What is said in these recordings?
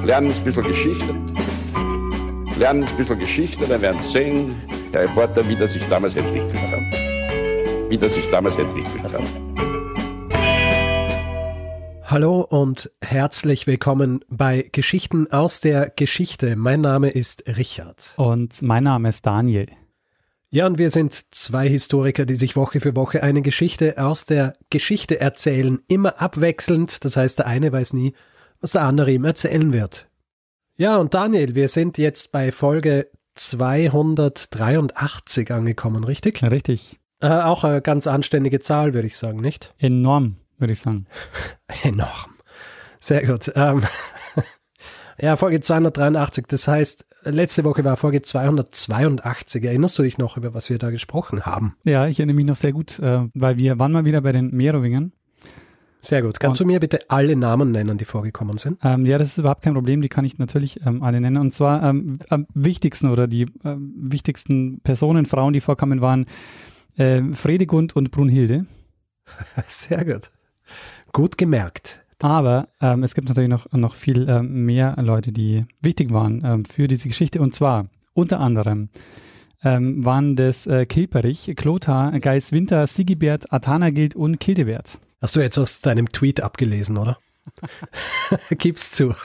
lernen ein bisschen Geschichte. Lernen ein bisschen Geschichte, dann werden Sie sehen, der Reporter, wie das sich damals entwickelt hat. Wie das sich damals entwickelt hat. Hallo und herzlich willkommen bei Geschichten aus der Geschichte. Mein Name ist Richard. Und mein Name ist Daniel. Ja, und wir sind zwei Historiker, die sich Woche für Woche eine Geschichte aus der Geschichte erzählen, immer abwechselnd. Das heißt, der eine weiß nie, was der andere ihm erzählen wird. Ja, und Daniel, wir sind jetzt bei Folge 283 angekommen, richtig? Ja, richtig. Auch eine ganz anständige Zahl, würde ich sagen, nicht? Enorm, würde ich sagen. Enorm. Sehr gut. Ja, Folge 283, das heißt, letzte Woche war Folge 282. Erinnerst du dich noch, über was wir da gesprochen haben? Ja, ich erinnere mich noch sehr gut, weil wir waren mal wieder bei den Merowingern. Sehr gut. Kannst du mir bitte alle Namen nennen, die vorgekommen sind? Ja, das ist überhaupt kein Problem, die kann ich natürlich alle nennen. Und zwar am wichtigsten oder die wichtigsten Personen, Frauen, die vorkamen, waren Fredegund und Brunhilde. Sehr gut. Gut gemerkt. Aber es gibt natürlich noch viel mehr Leute, die wichtig waren für diese Geschichte. Und zwar unter anderem waren das Kilperich, Clothar, Geiswinter, Sigibert, Athanagild und Childebert. Hast du jetzt aus deinem Tweet abgelesen, oder? Gib's zu.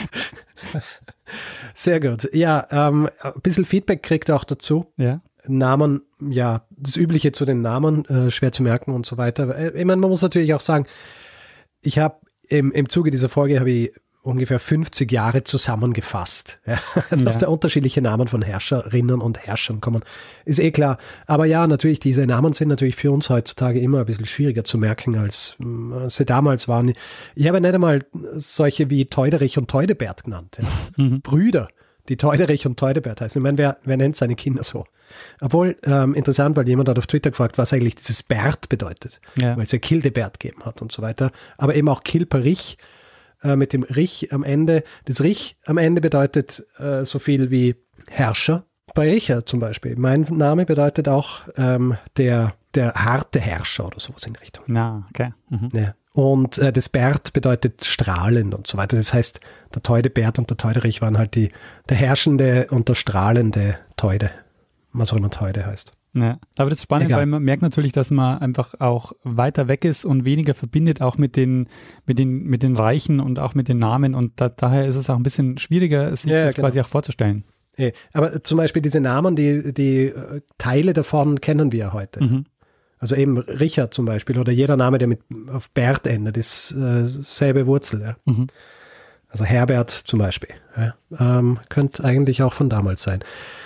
Sehr gut. Ja, ein bisschen Feedback kriegt er auch dazu. Ja. Namen, ja, das Übliche zu den Namen, schwer zu merken und so weiter. Ich meine, man muss natürlich auch sagen, ich habe im Zuge dieser Folge habe ich ungefähr 50 Jahre zusammengefasst, ja, dass da unterschiedliche Namen von Herrscherinnen und Herrschern kommen, ist eh klar. Aber ja, natürlich, diese Namen sind natürlich für uns heutzutage immer ein bisschen schwieriger zu merken, als sie damals waren. Ich habe nicht einmal solche wie Theuderich und Theudebert genannt. Ja. Brüder, die Theuderich und Theudebert heißen. Ich meine, wer nennt seine Kinder so? Obwohl, interessant, weil jemand hat auf Twitter gefragt, was eigentlich dieses Bert bedeutet, weil es ja Childebert gegeben hat und so weiter. Aber eben auch Kilperich, mit dem Rich am Ende. Das Rich am Ende bedeutet so viel wie Herrscher. Bei Richard zum Beispiel. Mein Name bedeutet auch der harte Herrscher oder sowas in die Richtung. Na, okay. Mhm. Ja. Und das Bert bedeutet strahlend und so weiter. Das heißt, der Theudebert und der Theuderich waren halt der herrschende und der strahlende Theude. Was auch immer Theude heißt. Ja, aber das ist spannend, weil man merkt natürlich, dass man einfach auch weiter weg ist und weniger verbindet, auch mit den Reichen und auch mit den Namen. Und daher ist es auch ein bisschen schwieriger, sich das quasi auch vorzustellen. Ja, aber zum Beispiel diese Namen, die Teile davon kennen wir ja heute. Mhm. Also eben Richard zum Beispiel oder jeder Name, der auf Bert endet, ist selbe Wurzel. Ja. Mhm. Also Herbert zum Beispiel. Ja. Könnte eigentlich auch von damals sein.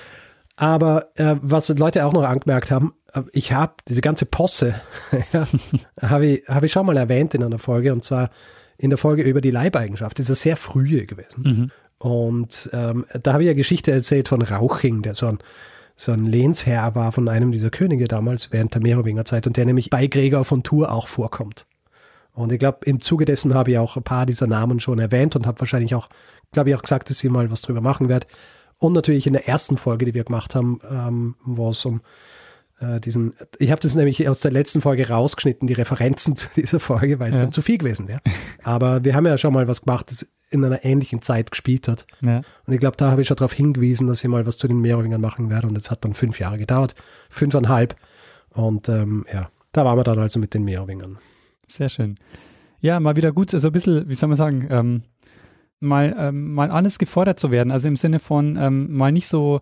Aber was Leute auch noch angemerkt haben, ich habe diese ganze Posse, habe ich schon mal erwähnt in einer Folge, und zwar in der Folge über die Leibeigenschaft. Das ist eine sehr frühe gewesen. Mhm. Und da habe ich eine Geschichte erzählt von Rauching, der so ein Lehnsherr war von einem dieser Könige damals während der Merowingerzeit und der nämlich bei Gregor von Tours auch vorkommt. Und ich glaube, im Zuge dessen habe ich auch ein paar dieser Namen schon erwähnt und habe wahrscheinlich auch, glaube ich, auch gesagt, dass ich mal was drüber machen werde. Und natürlich in der ersten Folge, die wir gemacht haben, wo es um ich habe das nämlich aus der letzten Folge rausgeschnitten, die Referenzen zu dieser Folge, weil es dann zu viel gewesen wäre. Aber wir haben ja schon mal was gemacht, das in einer ähnlichen Zeit gespielt hat. Ja. Und ich glaube, da habe ich schon darauf hingewiesen, dass ich mal was zu den Merowingern machen werde. Und es hat dann 5 Jahre gedauert, 5,5. Und da waren wir dann also mit den Merowingern. Sehr schön. Ja, mal wieder gut, also ein bisschen, wie soll man sagen, mal anders gefordert zu werden. Also im Sinne von mal nicht so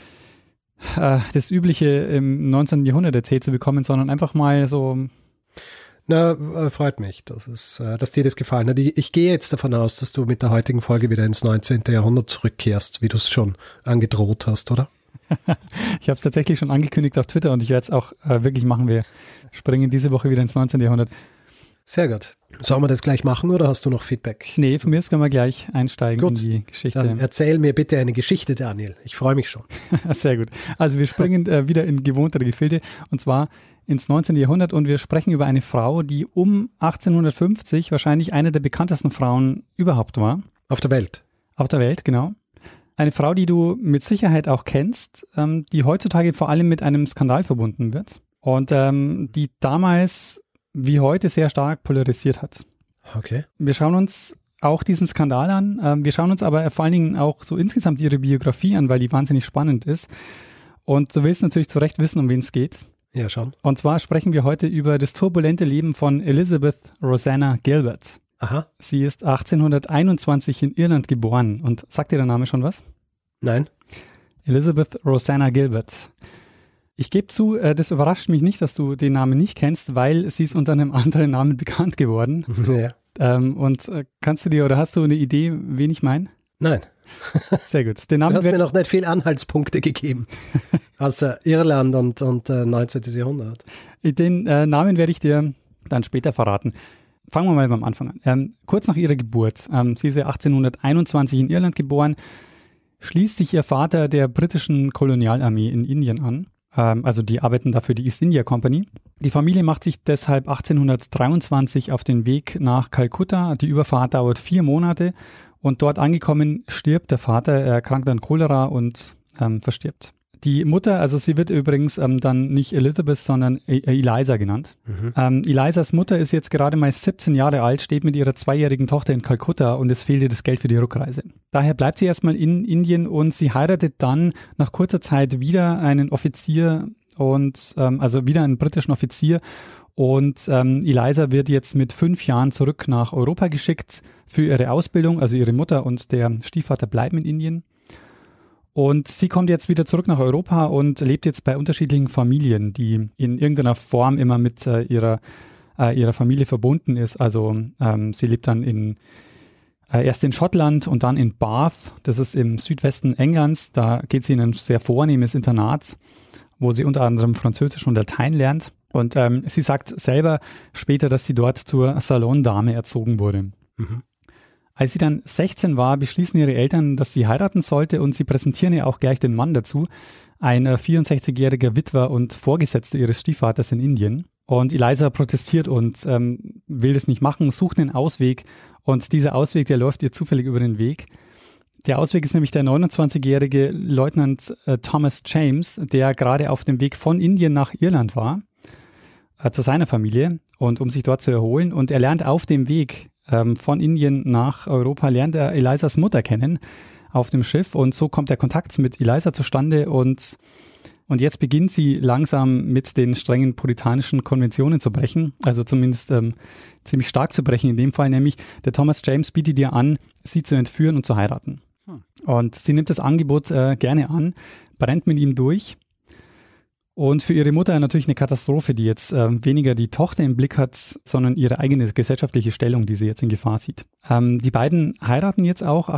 das Übliche im 19. Jahrhundert erzählt zu bekommen, sondern einfach mal so. Na, freut mich, dass dir das gefallen hat. Ich gehe jetzt davon aus, dass du mit der heutigen Folge wieder ins 19. Jahrhundert zurückkehrst, wie du es schon angedroht hast, oder? Ich habe es tatsächlich schon angekündigt auf Twitter und ich werde es auch wirklich machen. Wir springen diese Woche wieder ins 19. Jahrhundert. Sehr gut. Sollen wir das gleich machen oder hast du noch Feedback? Nee, von mir aus können wir gleich einsteigen in die Geschichte. Dann erzähl mir bitte eine Geschichte, Daniel. Ich freue mich schon. Sehr gut. Also wir springen wieder in gewohntere Gefilde und zwar ins 19. Jahrhundert und wir sprechen über eine Frau, die um 1850 wahrscheinlich eine der bekanntesten Frauen überhaupt war. Auf der Welt. Auf der Welt, genau. Eine Frau, die du mit Sicherheit auch kennst, die heutzutage vor allem mit einem Skandal verbunden wird und die damals wie heute sehr stark polarisiert hat. Okay. Wir schauen uns auch diesen Skandal an. Wir schauen uns aber vor allen Dingen auch so insgesamt ihre Biografie an, weil die wahnsinnig spannend ist. Und du willst natürlich zu Recht wissen, um wen es geht. Ja, schon. Und zwar sprechen wir heute über das turbulente Leben von Elizabeth Rosanna Gilbert. Aha. Sie ist 1821 in Irland geboren. Und sagt dir der Name schon was? Nein. Elizabeth Rosanna Gilbert. Ich gebe zu, das überrascht mich nicht, dass du den Namen nicht kennst, weil sie ist unter einem anderen Namen bekannt geworden. Ja. Kannst du dir oder hast du eine Idee, wen ich meine? Nein. Sehr gut. Den Namen du hast mir noch nicht viel Anhaltspunkte gegeben, außer Irland und 19. Jahrhundert. Den Namen werde ich dir dann später verraten. Fangen wir mal beim Anfang an. Kurz nach ihrer Geburt, sie ist ja 1821 in Irland geboren, schließt sich ihr Vater der britischen Kolonialarmee in Indien an. Also die arbeiten dafür die East India Company. Die Familie macht sich deshalb 1823 auf den Weg nach Kalkutta. Die Überfahrt dauert 4 Monate und dort angekommen stirbt der Vater, er erkrankt an Cholera und verstirbt. Die Mutter, also sie wird übrigens dann nicht Elizabeth, sondern Eliza genannt. Elizas Mutter ist jetzt gerade mal 17 Jahre alt, steht mit ihrer 2-jährigen Tochter in Kalkutta und es fehlt ihr das Geld für die Rückreise. Daher bleibt sie erstmal in Indien und sie heiratet dann nach kurzer Zeit wieder einen Offizier und also wieder einen britischen Offizier. Und Eliza wird jetzt mit 5 Jahren zurück nach Europa geschickt für ihre Ausbildung. Also ihre Mutter und der Stiefvater bleiben in Indien. Und sie kommt jetzt wieder zurück nach Europa und lebt jetzt bei unterschiedlichen Familien, die in irgendeiner Form immer mit ihrer Familie verbunden ist. Also sie lebt dann erst in Schottland und dann in Bath. Das ist im Südwesten Englands. Da geht sie in ein sehr vornehmes Internat, wo sie unter anderem Französisch und Latein lernt. Und sie sagt selber später, dass sie dort zur Salondame erzogen wurde. Mhm. Als sie dann 16 war, beschließen ihre Eltern, dass sie heiraten sollte und sie präsentieren ihr auch gleich den Mann dazu, ein 64-jähriger Witwer und Vorgesetzter ihres Stiefvaters in Indien. Und Eliza protestiert und will das nicht machen, sucht einen Ausweg und dieser Ausweg, der läuft ihr zufällig über den Weg. Der Ausweg ist nämlich der 29-jährige Leutnant Thomas James, der gerade auf dem Weg von Indien nach Irland war, zu seiner Familie und um sich dort zu erholen. Und er lernt auf dem Weg von Indien nach Europa, lernt er Elizas Mutter kennen auf dem Schiff und so kommt der Kontakt mit Eliza zustande und jetzt beginnt sie langsam mit den strengen puritanischen Konventionen zu brechen, also zumindest ziemlich stark zu brechen in dem Fall, nämlich der Thomas James bietet ihr an, sie zu entführen und zu heiraten. Und sie nimmt das Angebot gerne an, brennt mit ihm durch. Und für ihre Mutter natürlich eine Katastrophe, die jetzt weniger die Tochter im Blick hat, sondern ihre eigene gesellschaftliche Stellung, die sie jetzt in Gefahr sieht. Die beiden heiraten jetzt auch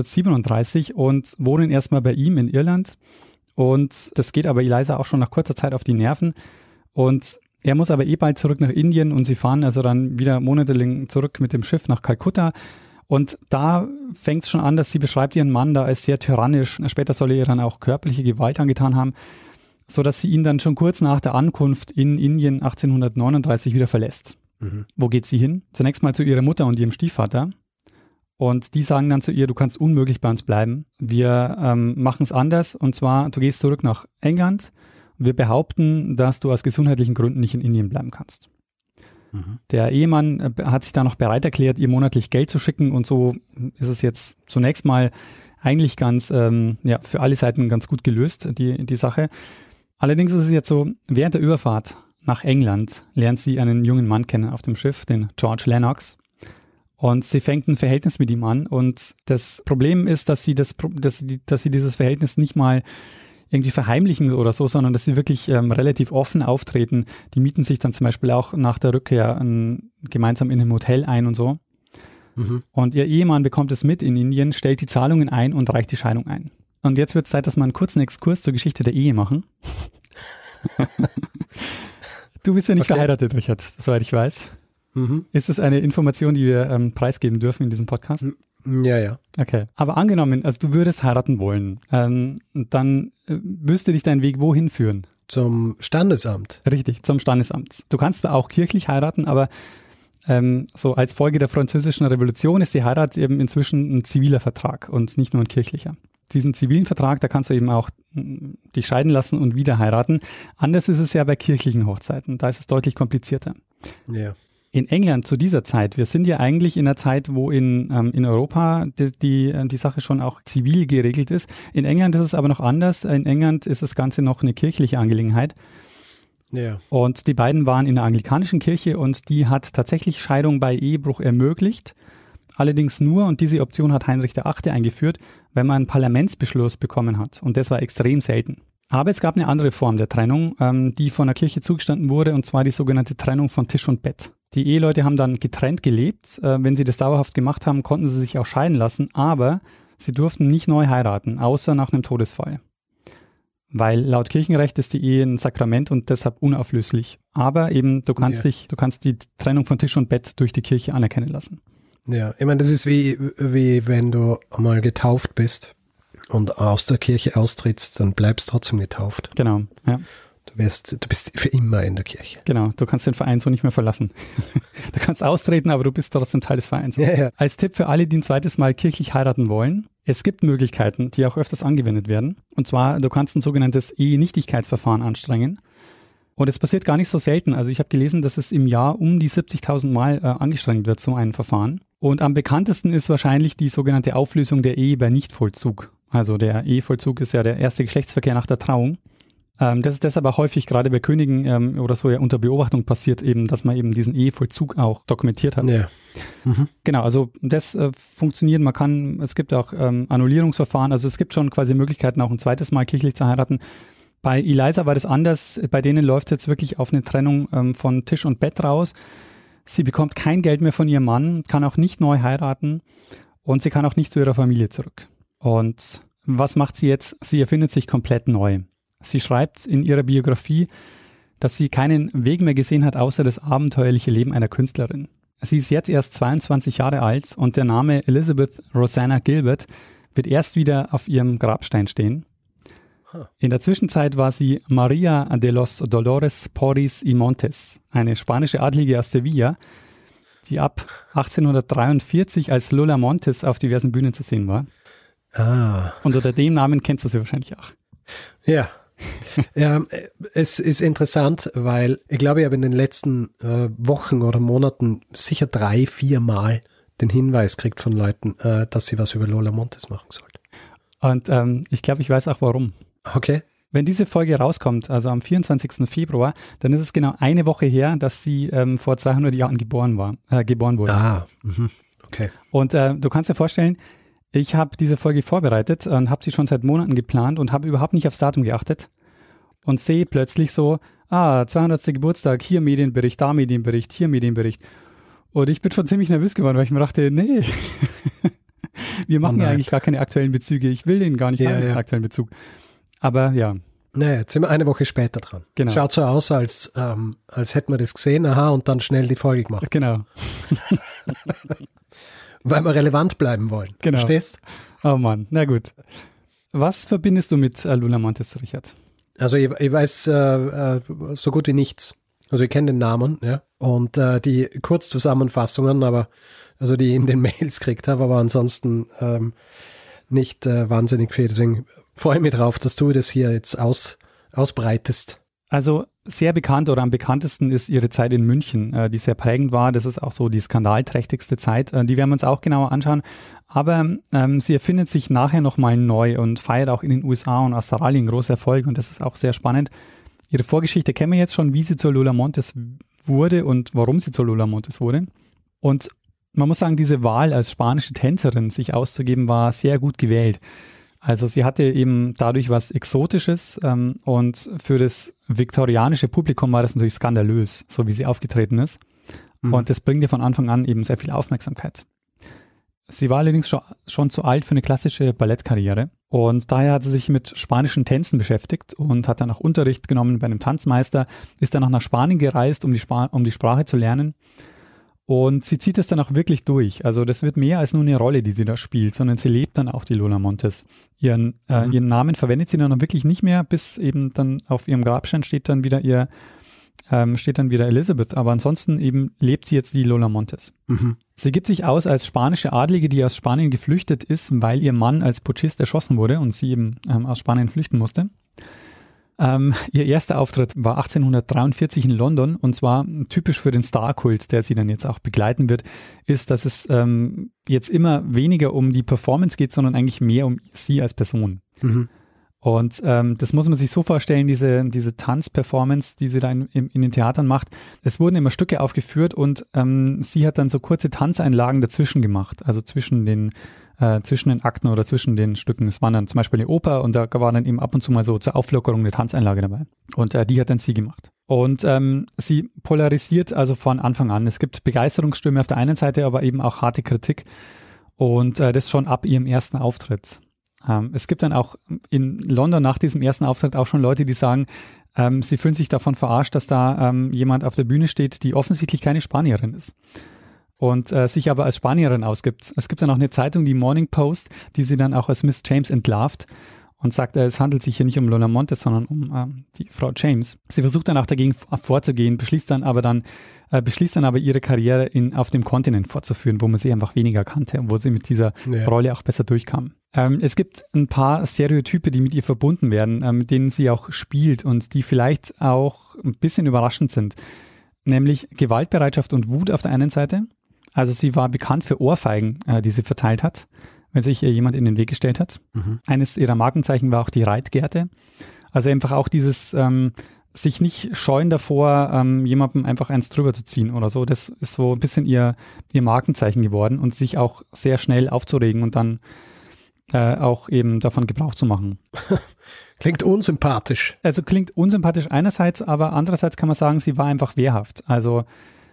1837 und wohnen erstmal bei ihm in Irland. Und das geht aber Eliza auch schon nach kurzer Zeit auf die Nerven. Und er muss aber bald zurück nach Indien und sie fahren also dann wieder monatelang zurück mit dem Schiff nach Kalkutta. Und da fängt es schon an, dass sie beschreibt ihren Mann da als sehr tyrannisch. Später soll er ihr dann auch körperliche Gewalt angetan haben, sodass sie ihn dann schon kurz nach der Ankunft in Indien 1839 wieder verlässt. Mhm. Wo geht sie hin? Zunächst mal zu ihrer Mutter und ihrem Stiefvater. Und die sagen dann zu ihr, du kannst unmöglich bei uns bleiben. Wir machen es anders. Und zwar, du gehst zurück nach England. Wir behaupten, dass du aus gesundheitlichen Gründen nicht in Indien bleiben kannst. Mhm. Der Ehemann hat sich da noch bereit erklärt, ihr monatlich Geld zu schicken. Und so ist es jetzt zunächst mal eigentlich ganz, für alle Seiten ganz gut gelöst, die Sache. Allerdings ist es jetzt so, während der Überfahrt nach England lernt sie einen jungen Mann kennen auf dem Schiff, den George Lennox. Und sie fängt ein Verhältnis mit ihm an. Und das Problem ist, dass sie dieses Verhältnis nicht mal irgendwie verheimlichen oder so, sondern dass sie wirklich relativ offen auftreten. Die mieten sich dann zum Beispiel auch nach der Rückkehr gemeinsam in einem Hotel ein und so. Mhm. Und ihr Ehemann bekommt es mit in Indien, stellt die Zahlungen ein und reicht die Scheidung ein. Und jetzt wird es Zeit, dass wir einen kurzen Exkurs zur Geschichte der Ehe machen. Du bist ja nicht verheiratet, Richard, soweit ich weiß. Mhm. Ist das eine Information, die wir preisgeben dürfen in diesem Podcast? Ja. Okay. Aber angenommen, also du würdest heiraten wollen, dann müsste dich dein Weg wohin führen? Zum Standesamt. Richtig, zum Standesamt. Du kannst zwar auch kirchlich heiraten, aber so als Folge der Französischen Revolution ist die Heirat eben inzwischen ein ziviler Vertrag und nicht nur ein kirchlicher. Diesen zivilen Vertrag, da kannst du eben auch dich scheiden lassen und wieder heiraten. Anders ist es ja bei kirchlichen Hochzeiten. Da ist es deutlich komplizierter. Ja. In England zu dieser Zeit, wir sind ja eigentlich in einer Zeit, wo in Europa die Sache schon auch zivil geregelt ist. In England ist es aber noch anders. In England ist das Ganze noch eine kirchliche Angelegenheit. Ja. Und die beiden waren in der anglikanischen Kirche und die hat tatsächlich Scheidung bei Ehebruch ermöglicht. Allerdings nur, und diese Option hat Heinrich VIII. Eingeführt, wenn man einen Parlamentsbeschluss bekommen hat. Und das war extrem selten. Aber es gab eine andere Form der Trennung, die von der Kirche zugestanden wurde, und zwar die sogenannte Trennung von Tisch und Bett. Die Eheleute haben dann getrennt gelebt. Wenn sie das dauerhaft gemacht haben, konnten sie sich auch scheiden lassen, aber sie durften nicht neu heiraten, außer nach einem Todesfall. Weil laut Kirchenrecht ist die Ehe ein Sakrament und deshalb unauflöslich. Aber eben, du kannst die Trennung von Tisch und Bett durch die Kirche anerkennen lassen. Ja, ich meine, das ist wie wenn du einmal getauft bist und aus der Kirche austrittst, dann bleibst du trotzdem getauft. Genau, ja. Du bist für immer in der Kirche. Genau, du kannst den Verein so nicht mehr verlassen. Du kannst austreten, aber du bist trotzdem Teil des Vereins. Ja, ja. Als Tipp für alle, die ein zweites Mal kirchlich heiraten wollen: Es gibt Möglichkeiten, die auch öfters angewendet werden. Und zwar, du kannst ein sogenanntes Ehenichtigkeitsverfahren anstrengen. Und es passiert gar nicht so selten. Also ich habe gelesen, dass es im Jahr um die 70.000 Mal angestrengt wird, so ein Verfahren. Und am bekanntesten ist wahrscheinlich die sogenannte Auflösung der Ehe bei Nichtvollzug. Also der Ehevollzug ist ja der erste Geschlechtsverkehr nach der Trauung. Das ist deshalb auch häufig gerade bei Königen oder so ja unter Beobachtung passiert eben, dass man eben diesen Ehevollzug auch dokumentiert hat. Ja. Mhm. Genau, also das funktioniert. Es gibt auch Annullierungsverfahren, also es gibt schon quasi Möglichkeiten, auch ein zweites Mal kirchlich zu heiraten. Bei Eliza war das anders. Bei denen läuft es jetzt wirklich auf eine Trennung von Tisch und Bett raus. Sie bekommt kein Geld mehr von ihrem Mann, kann auch nicht neu heiraten und sie kann auch nicht zu ihrer Familie zurück. Und was macht sie jetzt? Sie erfindet sich komplett neu. Sie schreibt in ihrer Biografie, dass sie keinen Weg mehr gesehen hat, außer das abenteuerliche Leben einer Künstlerin. Sie ist jetzt erst 22 Jahre alt und der Name Elizabeth Rosanna Gilbert wird erst wieder auf ihrem Grabstein stehen. In der Zwischenzeit war sie Maria de los Dolores Porris y Montes, eine spanische Adlige aus Sevilla, die ab 1843 als Lola Montes auf diversen Bühnen zu sehen war. Ah. Und unter dem Namen kennst du sie wahrscheinlich auch. Ja. Ja, es ist interessant, weil ich glaube, ich habe in den letzten Wochen oder Monaten sicher 3-4 Mal den Hinweis gekriegt von Leuten, dass sie was über Lola Montes machen sollte. Und ich glaube, ich weiß auch warum. Okay. Wenn diese Folge rauskommt, also am 24. Februar, dann ist es genau eine Woche her, dass sie vor 200 Jahren geboren wurde. Ah, okay. Und du kannst dir vorstellen, ich habe diese Folge vorbereitet und habe sie schon seit Monaten geplant und habe überhaupt nicht aufs Datum geachtet und sehe plötzlich so, 200. Geburtstag, hier Medienbericht, da Medienbericht, hier Medienbericht. Und ich bin schon ziemlich nervös geworden, weil ich mir dachte, nee, wir machen ja eigentlich gar keine aktuellen Bezüge. Ich will den gar nicht haben, den aktuellen Bezug. Aber ja. Naja, jetzt sind wir eine Woche später dran. Genau. Schaut so aus, als hätten wir das gesehen, und dann schnell die Folge gemacht. Genau. Weil wir relevant bleiben wollen. Genau. Verstehst? Oh Mann, na gut. Was verbindest du mit Lola Montes, Richard? Also ich weiß so gut wie nichts. Also ich kenne den Namen, ja, und die Kurzzusammenfassungen, aber also die ich in den Mails gekriegt habe, aber ansonsten nicht wahnsinnig viel. Deswegen freue ich mich drauf, dass du das hier jetzt ausbreitest. Also sehr bekannt oder am bekanntesten ist ihre Zeit in München, die sehr prägend war. Das ist auch so die skandalträchtigste Zeit. Die werden wir uns auch genauer anschauen. Aber sie erfindet sich nachher nochmal neu und feiert auch in den USA und Australien große Erfolge. Und das ist auch sehr spannend. Ihre Vorgeschichte kennen wir jetzt schon, wie sie zur Lola Montes wurde und warum sie zur Lola Montes wurde. Und man muss sagen, diese Wahl als spanische Tänzerin sich auszugeben, war sehr gut gewählt. Also sie hatte eben dadurch was Exotisches und für das viktorianische Publikum war das natürlich skandalös, so wie sie aufgetreten ist. Mhm. Und das bringt ihr von Anfang an eben sehr viel Aufmerksamkeit. Sie war allerdings schon zu alt für eine klassische Ballettkarriere und daher hat sie sich mit spanischen Tänzen beschäftigt und hat dann auch Unterricht genommen bei einem Tanzmeister, ist dann auch nach Spanien gereist, um die Sprache zu lernen. Und sie zieht es dann auch wirklich durch. Also das wird mehr als nur eine Rolle, die sie da spielt, sondern sie lebt dann auch die Lola Montes. Ihren Namen verwendet sie dann auch wirklich nicht mehr, bis eben dann auf ihrem Grabstein steht dann wieder Elizabeth. Aber ansonsten eben lebt sie jetzt die Lola Montes. Mhm. Sie gibt sich aus als spanische Adlige, die aus Spanien geflüchtet ist, weil ihr Mann als Putschist erschossen wurde und sie eben aus Spanien flüchten musste. Ihr erster Auftritt war 1843 in London und zwar typisch für den Star-Kult, der sie dann jetzt auch begleiten wird, ist, dass es jetzt immer weniger um die Performance geht, sondern eigentlich mehr um sie als Person. Mhm. Und das muss man sich so vorstellen, diese Tanzperformance, die sie da in den Theatern macht. Es wurden immer Stücke aufgeführt und sie hat dann so kurze Tanzeinlagen dazwischen gemacht, also zwischen den Akten oder zwischen den Stücken. Es waren dann zum Beispiel eine Oper und da war dann eben ab und zu mal so zur Auflockerung eine Tanzeinlage dabei. Und die hat dann sie gemacht. Und sie polarisiert also von Anfang an. Es gibt Begeisterungsstürme auf der einen Seite, aber eben auch harte Kritik. Und das schon ab ihrem ersten Auftritt. Es gibt dann auch in London nach diesem ersten Auftritt auch schon Leute, die sagen, sie fühlen sich davon verarscht, dass da jemand auf der Bühne steht, die offensichtlich keine Spanierin ist und sich aber als Spanierin ausgibt. Es gibt dann auch eine Zeitung, die Morning Post, die sie dann auch als Miss James entlarvt und sagt, es handelt sich hier nicht um Lola Montes, sondern um die Frau James. Sie versucht dann auch dagegen vorzugehen, beschließt dann aber ihre Karriere auf dem Kontinent fortzuführen, wo man sie einfach weniger kannte und wo sie mit dieser Rolle auch besser durchkam. Es gibt ein paar Stereotype, die mit ihr verbunden werden, mit denen sie auch spielt und die vielleicht auch ein bisschen überraschend sind. Nämlich Gewaltbereitschaft und Wut auf der einen Seite. Also sie war bekannt für Ohrfeigen, die sie verteilt hat, wenn sich ihr jemand in den Weg gestellt hat. Mhm. Eines ihrer Markenzeichen war auch die Reitgerte. Also einfach auch dieses sich nicht scheuen davor, jemandem einfach eins drüber zu ziehen oder so. Das ist so ein bisschen ihr Markenzeichen geworden und sich auch sehr schnell aufzuregen und dann auch eben davon Gebrauch zu machen. Klingt unsympathisch. Also klingt unsympathisch einerseits, aber andererseits kann man sagen, sie war einfach wehrhaft. Also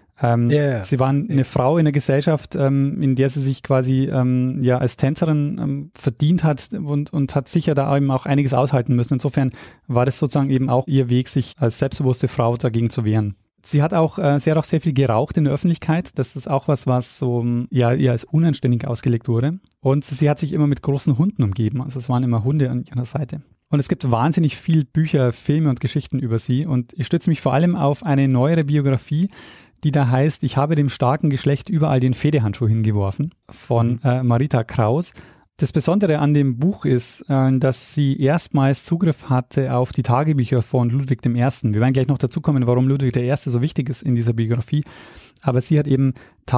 sie war eine Frau in der Gesellschaft, in der sie sich quasi als Tänzerin verdient hat und hat sicher da eben auch einiges aushalten müssen. Insofern war das sozusagen eben auch ihr Weg, sich als selbstbewusste Frau dagegen zu wehren. Sie hat auch sehr viel geraucht in der Öffentlichkeit. Das ist auch was so ihr als unanständig ausgelegt wurde. Und sie hat sich immer mit großen Hunden umgeben. Also es waren immer Hunde an ihrer Seite. Und es gibt wahnsinnig viel Bücher, Filme und Geschichten über sie. Und ich stütze mich vor allem auf eine neuere Biografie, die da heißt, ich habe dem starken Geschlecht überall den Fehdehandschuh hingeworfen, von Marita Kraus. Das Besondere an dem Buch ist, dass sie erstmals Zugriff hatte auf die Tagebücher von Ludwig I. Wir werden gleich noch dazu kommen, warum Ludwig I. so wichtig ist in dieser Biografie. Aber sie hat eben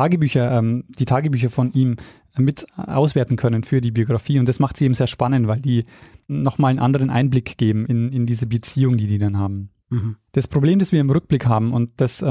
die Tagebücher von ihm mit auswerten können für die Biografie. Und das macht sie eben sehr spannend, weil die nochmal einen anderen Einblick geben in diese Beziehung, die dann haben. Mhm. Das Problem, das wir im Rückblick haben, und das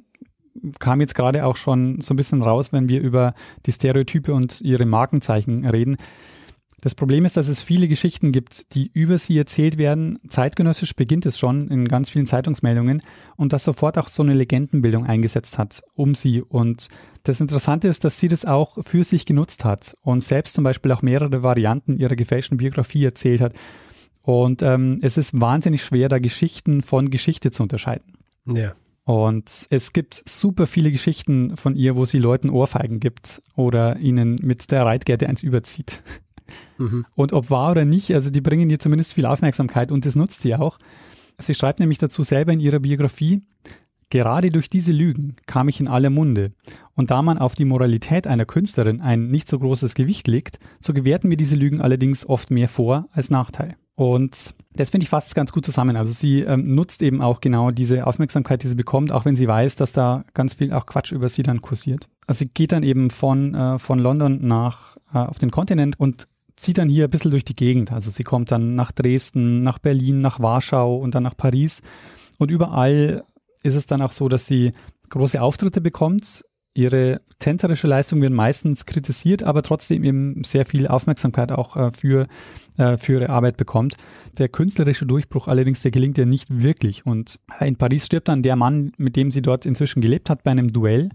kam jetzt gerade auch schon so ein bisschen raus, wenn wir über die Stereotype und ihre Markenzeichen reden. Das Problem ist, dass es viele Geschichten gibt, die über sie erzählt werden. Zeitgenössisch beginnt es schon in ganz vielen Zeitungsmeldungen und dass sofort auch so eine Legendenbildung eingesetzt hat um sie. Und das Interessante ist, dass sie das auch für sich genutzt hat und selbst zum Beispiel auch mehrere Varianten ihrer gefälschten Biografie erzählt hat. Und es ist wahnsinnig schwer, da Geschichten von Geschichte zu unterscheiden. Ja. Und es gibt super viele Geschichten von ihr, wo sie Leuten Ohrfeigen gibt oder ihnen mit der Reitgerte eins überzieht. Mhm. Und ob wahr oder nicht, also die bringen ihr zumindest viel Aufmerksamkeit und das nutzt sie auch. Sie schreibt nämlich dazu selber in ihrer Biografie, gerade durch diese Lügen kam ich in aller Munde. Und da man auf die Moralität einer Künstlerin ein nicht so großes Gewicht legt, so gewährten mir diese Lügen allerdings oft mehr Vor- als Nachteil. Und das finde ich fasst ganz gut zusammen. Also sie nutzt eben auch genau diese Aufmerksamkeit, die sie bekommt, auch wenn sie weiß, dass da ganz viel auch Quatsch über sie dann kursiert. Also sie geht dann eben von London auf den Kontinent und zieht dann hier ein bisschen durch die Gegend. Also sie kommt dann nach Dresden, nach Berlin, nach Warschau und dann nach Paris. Und überall ist es dann auch so, dass sie große Auftritte bekommt. Ihre tänzerische Leistung wird meistens kritisiert, aber trotzdem eben sehr viel Aufmerksamkeit auch für ihre Arbeit bekommt. Der künstlerische Durchbruch allerdings, der gelingt ihr nicht wirklich. Und in Paris stirbt dann der Mann, mit dem sie dort inzwischen gelebt hat, bei einem Duell.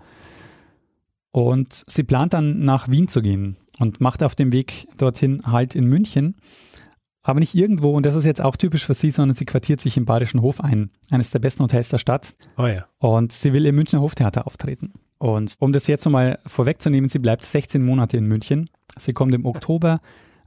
Und sie plant dann nach Wien zu gehen und macht auf dem Weg dorthin Halt in München. Aber nicht irgendwo, und das ist jetzt auch typisch für sie, sondern sie quartiert sich im Bayerischen Hof ein, eines der besten Hotels der Stadt. Oh ja. Und sie will im Münchner Hoftheater auftreten. Und um das jetzt nochmal vorwegzunehmen, sie bleibt 16 Monate in München. Sie kommt im Oktober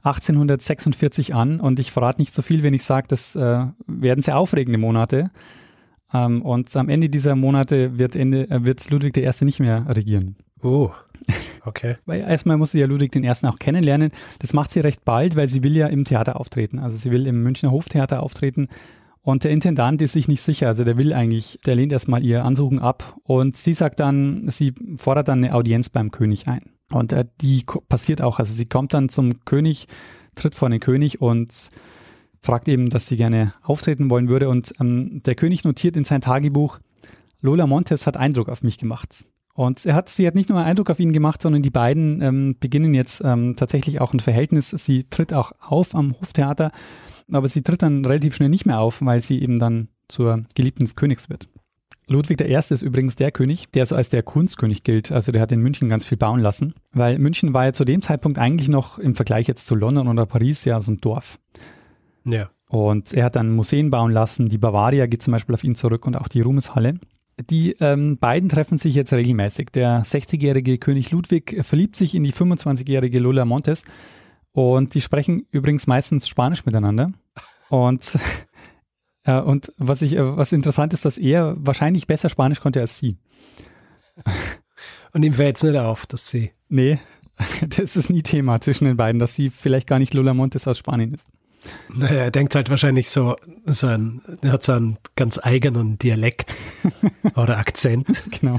1846 an und ich verrate nicht so viel, wenn ich sage, das werden sehr aufregende Monate. Und am Ende dieser Monate wird Ludwig I. nicht mehr regieren. Oh, okay. Weil erstmal muss sie ja Ludwig I. auch kennenlernen. Das macht sie recht bald, weil sie will ja im Theater auftreten. Also sie will im Münchner Hoftheater auftreten Und der Intendant ist sich nicht sicher, also der lehnt erstmal ihr Ansuchen ab und sie fordert dann eine Audienz beim König ein. Und die passiert auch, also sie kommt dann zum König, tritt vor den König und fragt eben, dass sie gerne auftreten wollen würde und der König notiert in sein Tagebuch, Lola Montez hat Eindruck auf mich gemacht. Und sie hat nicht nur einen Eindruck auf ihn gemacht, sondern die beiden beginnen jetzt tatsächlich auch ein Verhältnis. Sie tritt auch auf am Hoftheater, aber sie tritt dann relativ schnell nicht mehr auf, weil sie eben dann zur Geliebten des Königs wird. Ludwig I. ist übrigens der König, der so als der Kunstkönig gilt. Also der hat in München ganz viel bauen lassen, weil München war ja zu dem Zeitpunkt eigentlich noch im Vergleich jetzt zu London oder Paris ja so ein Dorf. Ja. Und er hat dann Museen bauen lassen, die Bavaria geht zum Beispiel auf ihn zurück und auch die Ruhmeshalle. Die beiden treffen sich jetzt regelmäßig. Der 60-jährige König Ludwig verliebt sich in die 25-jährige Lola Montez und die sprechen übrigens meistens Spanisch miteinander. Und was interessant ist, dass er wahrscheinlich besser Spanisch konnte als sie. Und ihm fällt es nicht auf, dass sie... Nee, das ist nie Thema zwischen den beiden, dass sie vielleicht gar nicht Lola Montez aus Spanien ist. Naja, er denkt halt wahrscheinlich er hat so einen ganz eigenen Dialekt oder Akzent. Genau.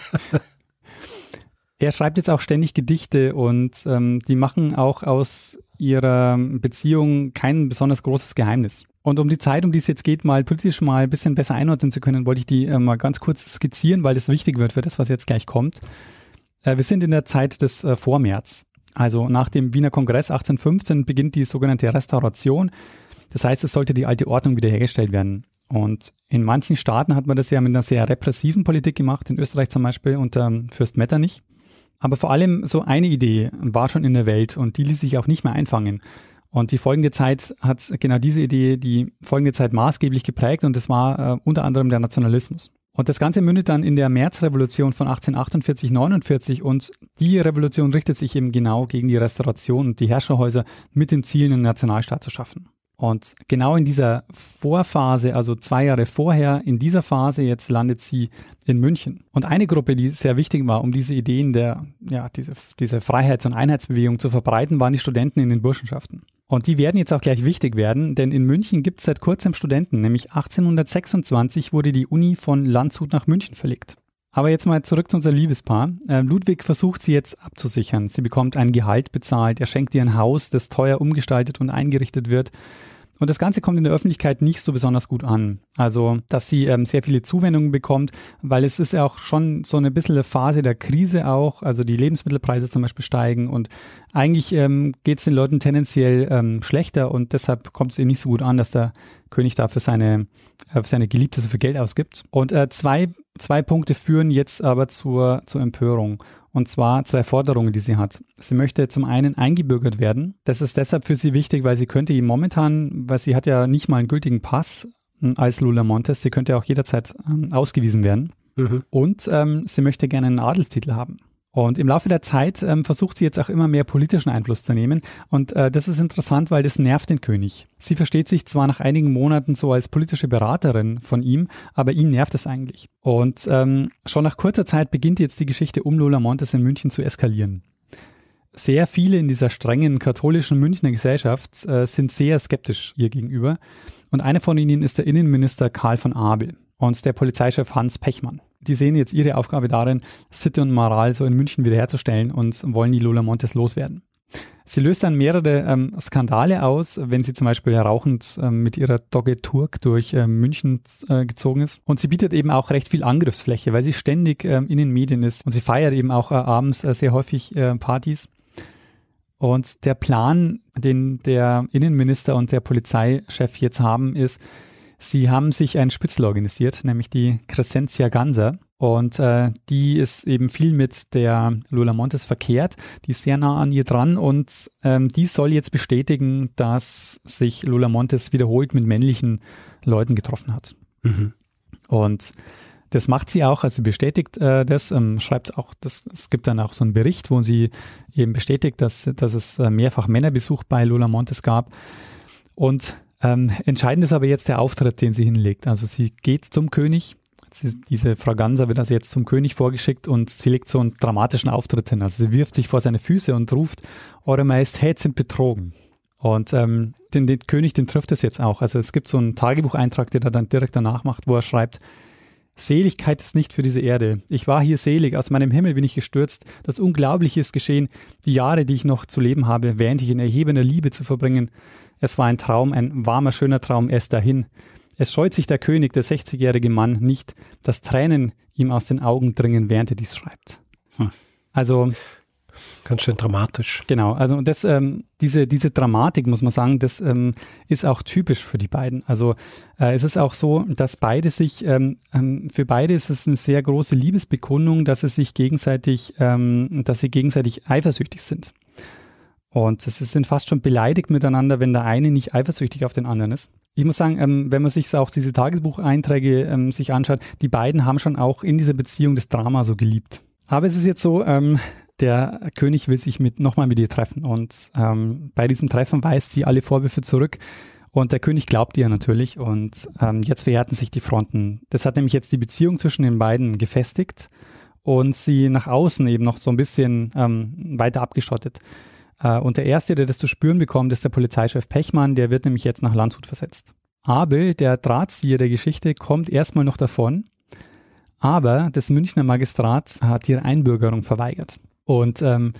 Er schreibt jetzt auch ständig Gedichte und die machen auch aus ihrer Beziehung kein besonders großes Geheimnis. Und um die Zeit, um die es jetzt geht, mal politisch mal ein bisschen besser einordnen zu können, wollte ich die mal ganz kurz skizzieren, weil das wichtig wird für das, was jetzt gleich kommt. Wir sind in der Zeit des Vormärz. Also nach dem Wiener Kongress 1815 beginnt die sogenannte Restauration. Das heißt, es sollte die alte Ordnung wiederhergestellt werden. Und in manchen Staaten hat man das ja mit einer sehr repressiven Politik gemacht, in Österreich zum Beispiel unter Fürst Metternich. Aber vor allem so eine Idee war schon in der Welt und die ließ sich auch nicht mehr einfangen. Und die folgende Zeit hat genau diese Idee die folgende Zeit maßgeblich geprägt und das war unter anderem der Nationalismus. Und das Ganze mündet dann in der Märzrevolution von 1848-49 und die Revolution richtet sich eben genau gegen die Restauration und die Herrscherhäuser mit dem Ziel, einen Nationalstaat zu schaffen. Und genau in dieser Vorphase, also 2 Jahre vorher, in dieser Phase jetzt landet sie in München. Und eine Gruppe, die sehr wichtig war, um diese Ideen diese Freiheits- und Einheitsbewegung zu verbreiten, waren die Studenten in den Burschenschaften. Und die werden jetzt auch gleich wichtig werden, denn in München gibt es seit kurzem Studenten, nämlich 1826 wurde die Uni von Landshut nach München verlegt. Aber jetzt mal zurück zu unserem Liebespaar. Ludwig versucht sie jetzt abzusichern. Sie bekommt ein Gehalt bezahlt, er schenkt ihr ein Haus, das teuer umgestaltet und eingerichtet wird. Und das Ganze kommt in der Öffentlichkeit nicht so besonders gut an. Also, dass sie sehr viele Zuwendungen bekommt, weil es ist ja auch schon so eine bisschen eine Phase der Krise auch. Also die Lebensmittelpreise zum Beispiel steigen und eigentlich geht es den Leuten tendenziell schlechter und deshalb kommt es eben nicht so gut an, dass der König da für seine Geliebte so viel Geld ausgibt. Und zwei Punkte führen jetzt aber zur Empörung. Und zwar 2 Forderungen, die sie hat. Sie möchte zum einen eingebürgert werden. Das ist deshalb für sie wichtig, weil sie könnte ihn momentan, weil sie hat ja nicht mal einen gültigen Pass als Lola Montez, sie könnte auch jederzeit ausgewiesen werden. Mhm. Und sie möchte gerne einen Adelstitel haben. Und im Laufe der Zeit versucht sie jetzt auch immer mehr politischen Einfluss zu nehmen. Und das ist interessant, weil das nervt den König. Sie versteht sich zwar nach einigen Monaten so als politische Beraterin von ihm, aber ihn nervt es eigentlich. Und schon nach kurzer Zeit beginnt jetzt die Geschichte um Lola Montez in München zu eskalieren. Sehr viele in dieser strengen katholischen Münchner Gesellschaft sind sehr skeptisch ihr gegenüber. Und einer von ihnen ist der Innenminister Karl von Abel und der Polizeichef Hans Pechmann. Die sehen jetzt ihre Aufgabe darin, Sitte und Moral so in München wiederherzustellen und wollen die Lola Montez loswerden. Sie löst dann mehrere Skandale aus, wenn sie zum Beispiel rauchend mit ihrer Dogge Turk durch München gezogen ist. Und sie bietet eben auch recht viel Angriffsfläche, weil sie ständig in den Medien ist. Und sie feiert eben auch abends sehr häufig Partys. Und der Plan, den der Innenminister und der Polizeichef jetzt haben, ist, sie haben sich einen Spitzel organisiert, nämlich die Crescentia Ganser. Und die ist eben viel mit der Lola Montez verkehrt. Die ist sehr nah an ihr dran und die soll jetzt bestätigen, dass sich Lola Montez wiederholt mit männlichen Leuten getroffen hat. Mhm. Und das macht sie auch, also sie bestätigt das, schreibt auch, es gibt dann auch so einen Bericht, wo sie eben bestätigt, dass es mehrfach Männerbesuch bei Lola Montez gab. Und entscheidend ist aber jetzt der Auftritt, den sie hinlegt. Also sie geht zum König, diese Frau Ganser wird also jetzt zum König vorgeschickt und sie legt so einen dramatischen Auftritt hin. Also sie wirft sich vor seine Füße und ruft, Eure Majestät sind betrogen. Und den König, den trifft es jetzt auch. Also es gibt so einen Tagebucheintrag, der er dann direkt danach macht, wo er schreibt: Seligkeit ist nicht für diese Erde. Ich war hier selig, aus meinem Himmel bin ich gestürzt. Das Unglaubliche ist geschehen. Die Jahre, die ich noch zu leben habe, wähnte ich in erhebender Liebe zu verbringen. Es war ein Traum, ein warmer, schöner Traum, er ist dahin. Es scheut sich der König, der 60-jährige Mann, nicht, dass Tränen ihm aus den Augen dringen, während er dies schreibt. Also ganz schön dramatisch. Genau, also das, diese Dramatik, muss man sagen, das ist auch typisch für die beiden. Also es ist auch so, dass beide sich, für beide ist es eine sehr große Liebesbekundung, dass sie gegenseitig eifersüchtig sind. Und sie sind fast schon beleidigt miteinander, wenn der eine nicht eifersüchtig auf den anderen ist. Ich muss sagen, wenn man sich auch diese Tagebucheinträge sich anschaut, die beiden haben schon auch in dieser Beziehung das Drama so geliebt. Aber es ist jetzt so, der König will sich nochmal mit ihr treffen und bei diesem Treffen weist sie alle Vorwürfe zurück und der König glaubt ihr natürlich und jetzt verhärten sich die Fronten. Das hat nämlich jetzt die Beziehung zwischen den beiden gefestigt und sie nach außen eben noch so ein bisschen weiter abgeschottet. Und der Erste, der das zu spüren bekommt, ist der Polizeichef Pechmann, der wird nämlich jetzt nach Landshut versetzt. Abel, der Drahtzieher der Geschichte, kommt erstmal noch davon, aber das Münchner Magistrat hat ihre Einbürgerung verweigert. Und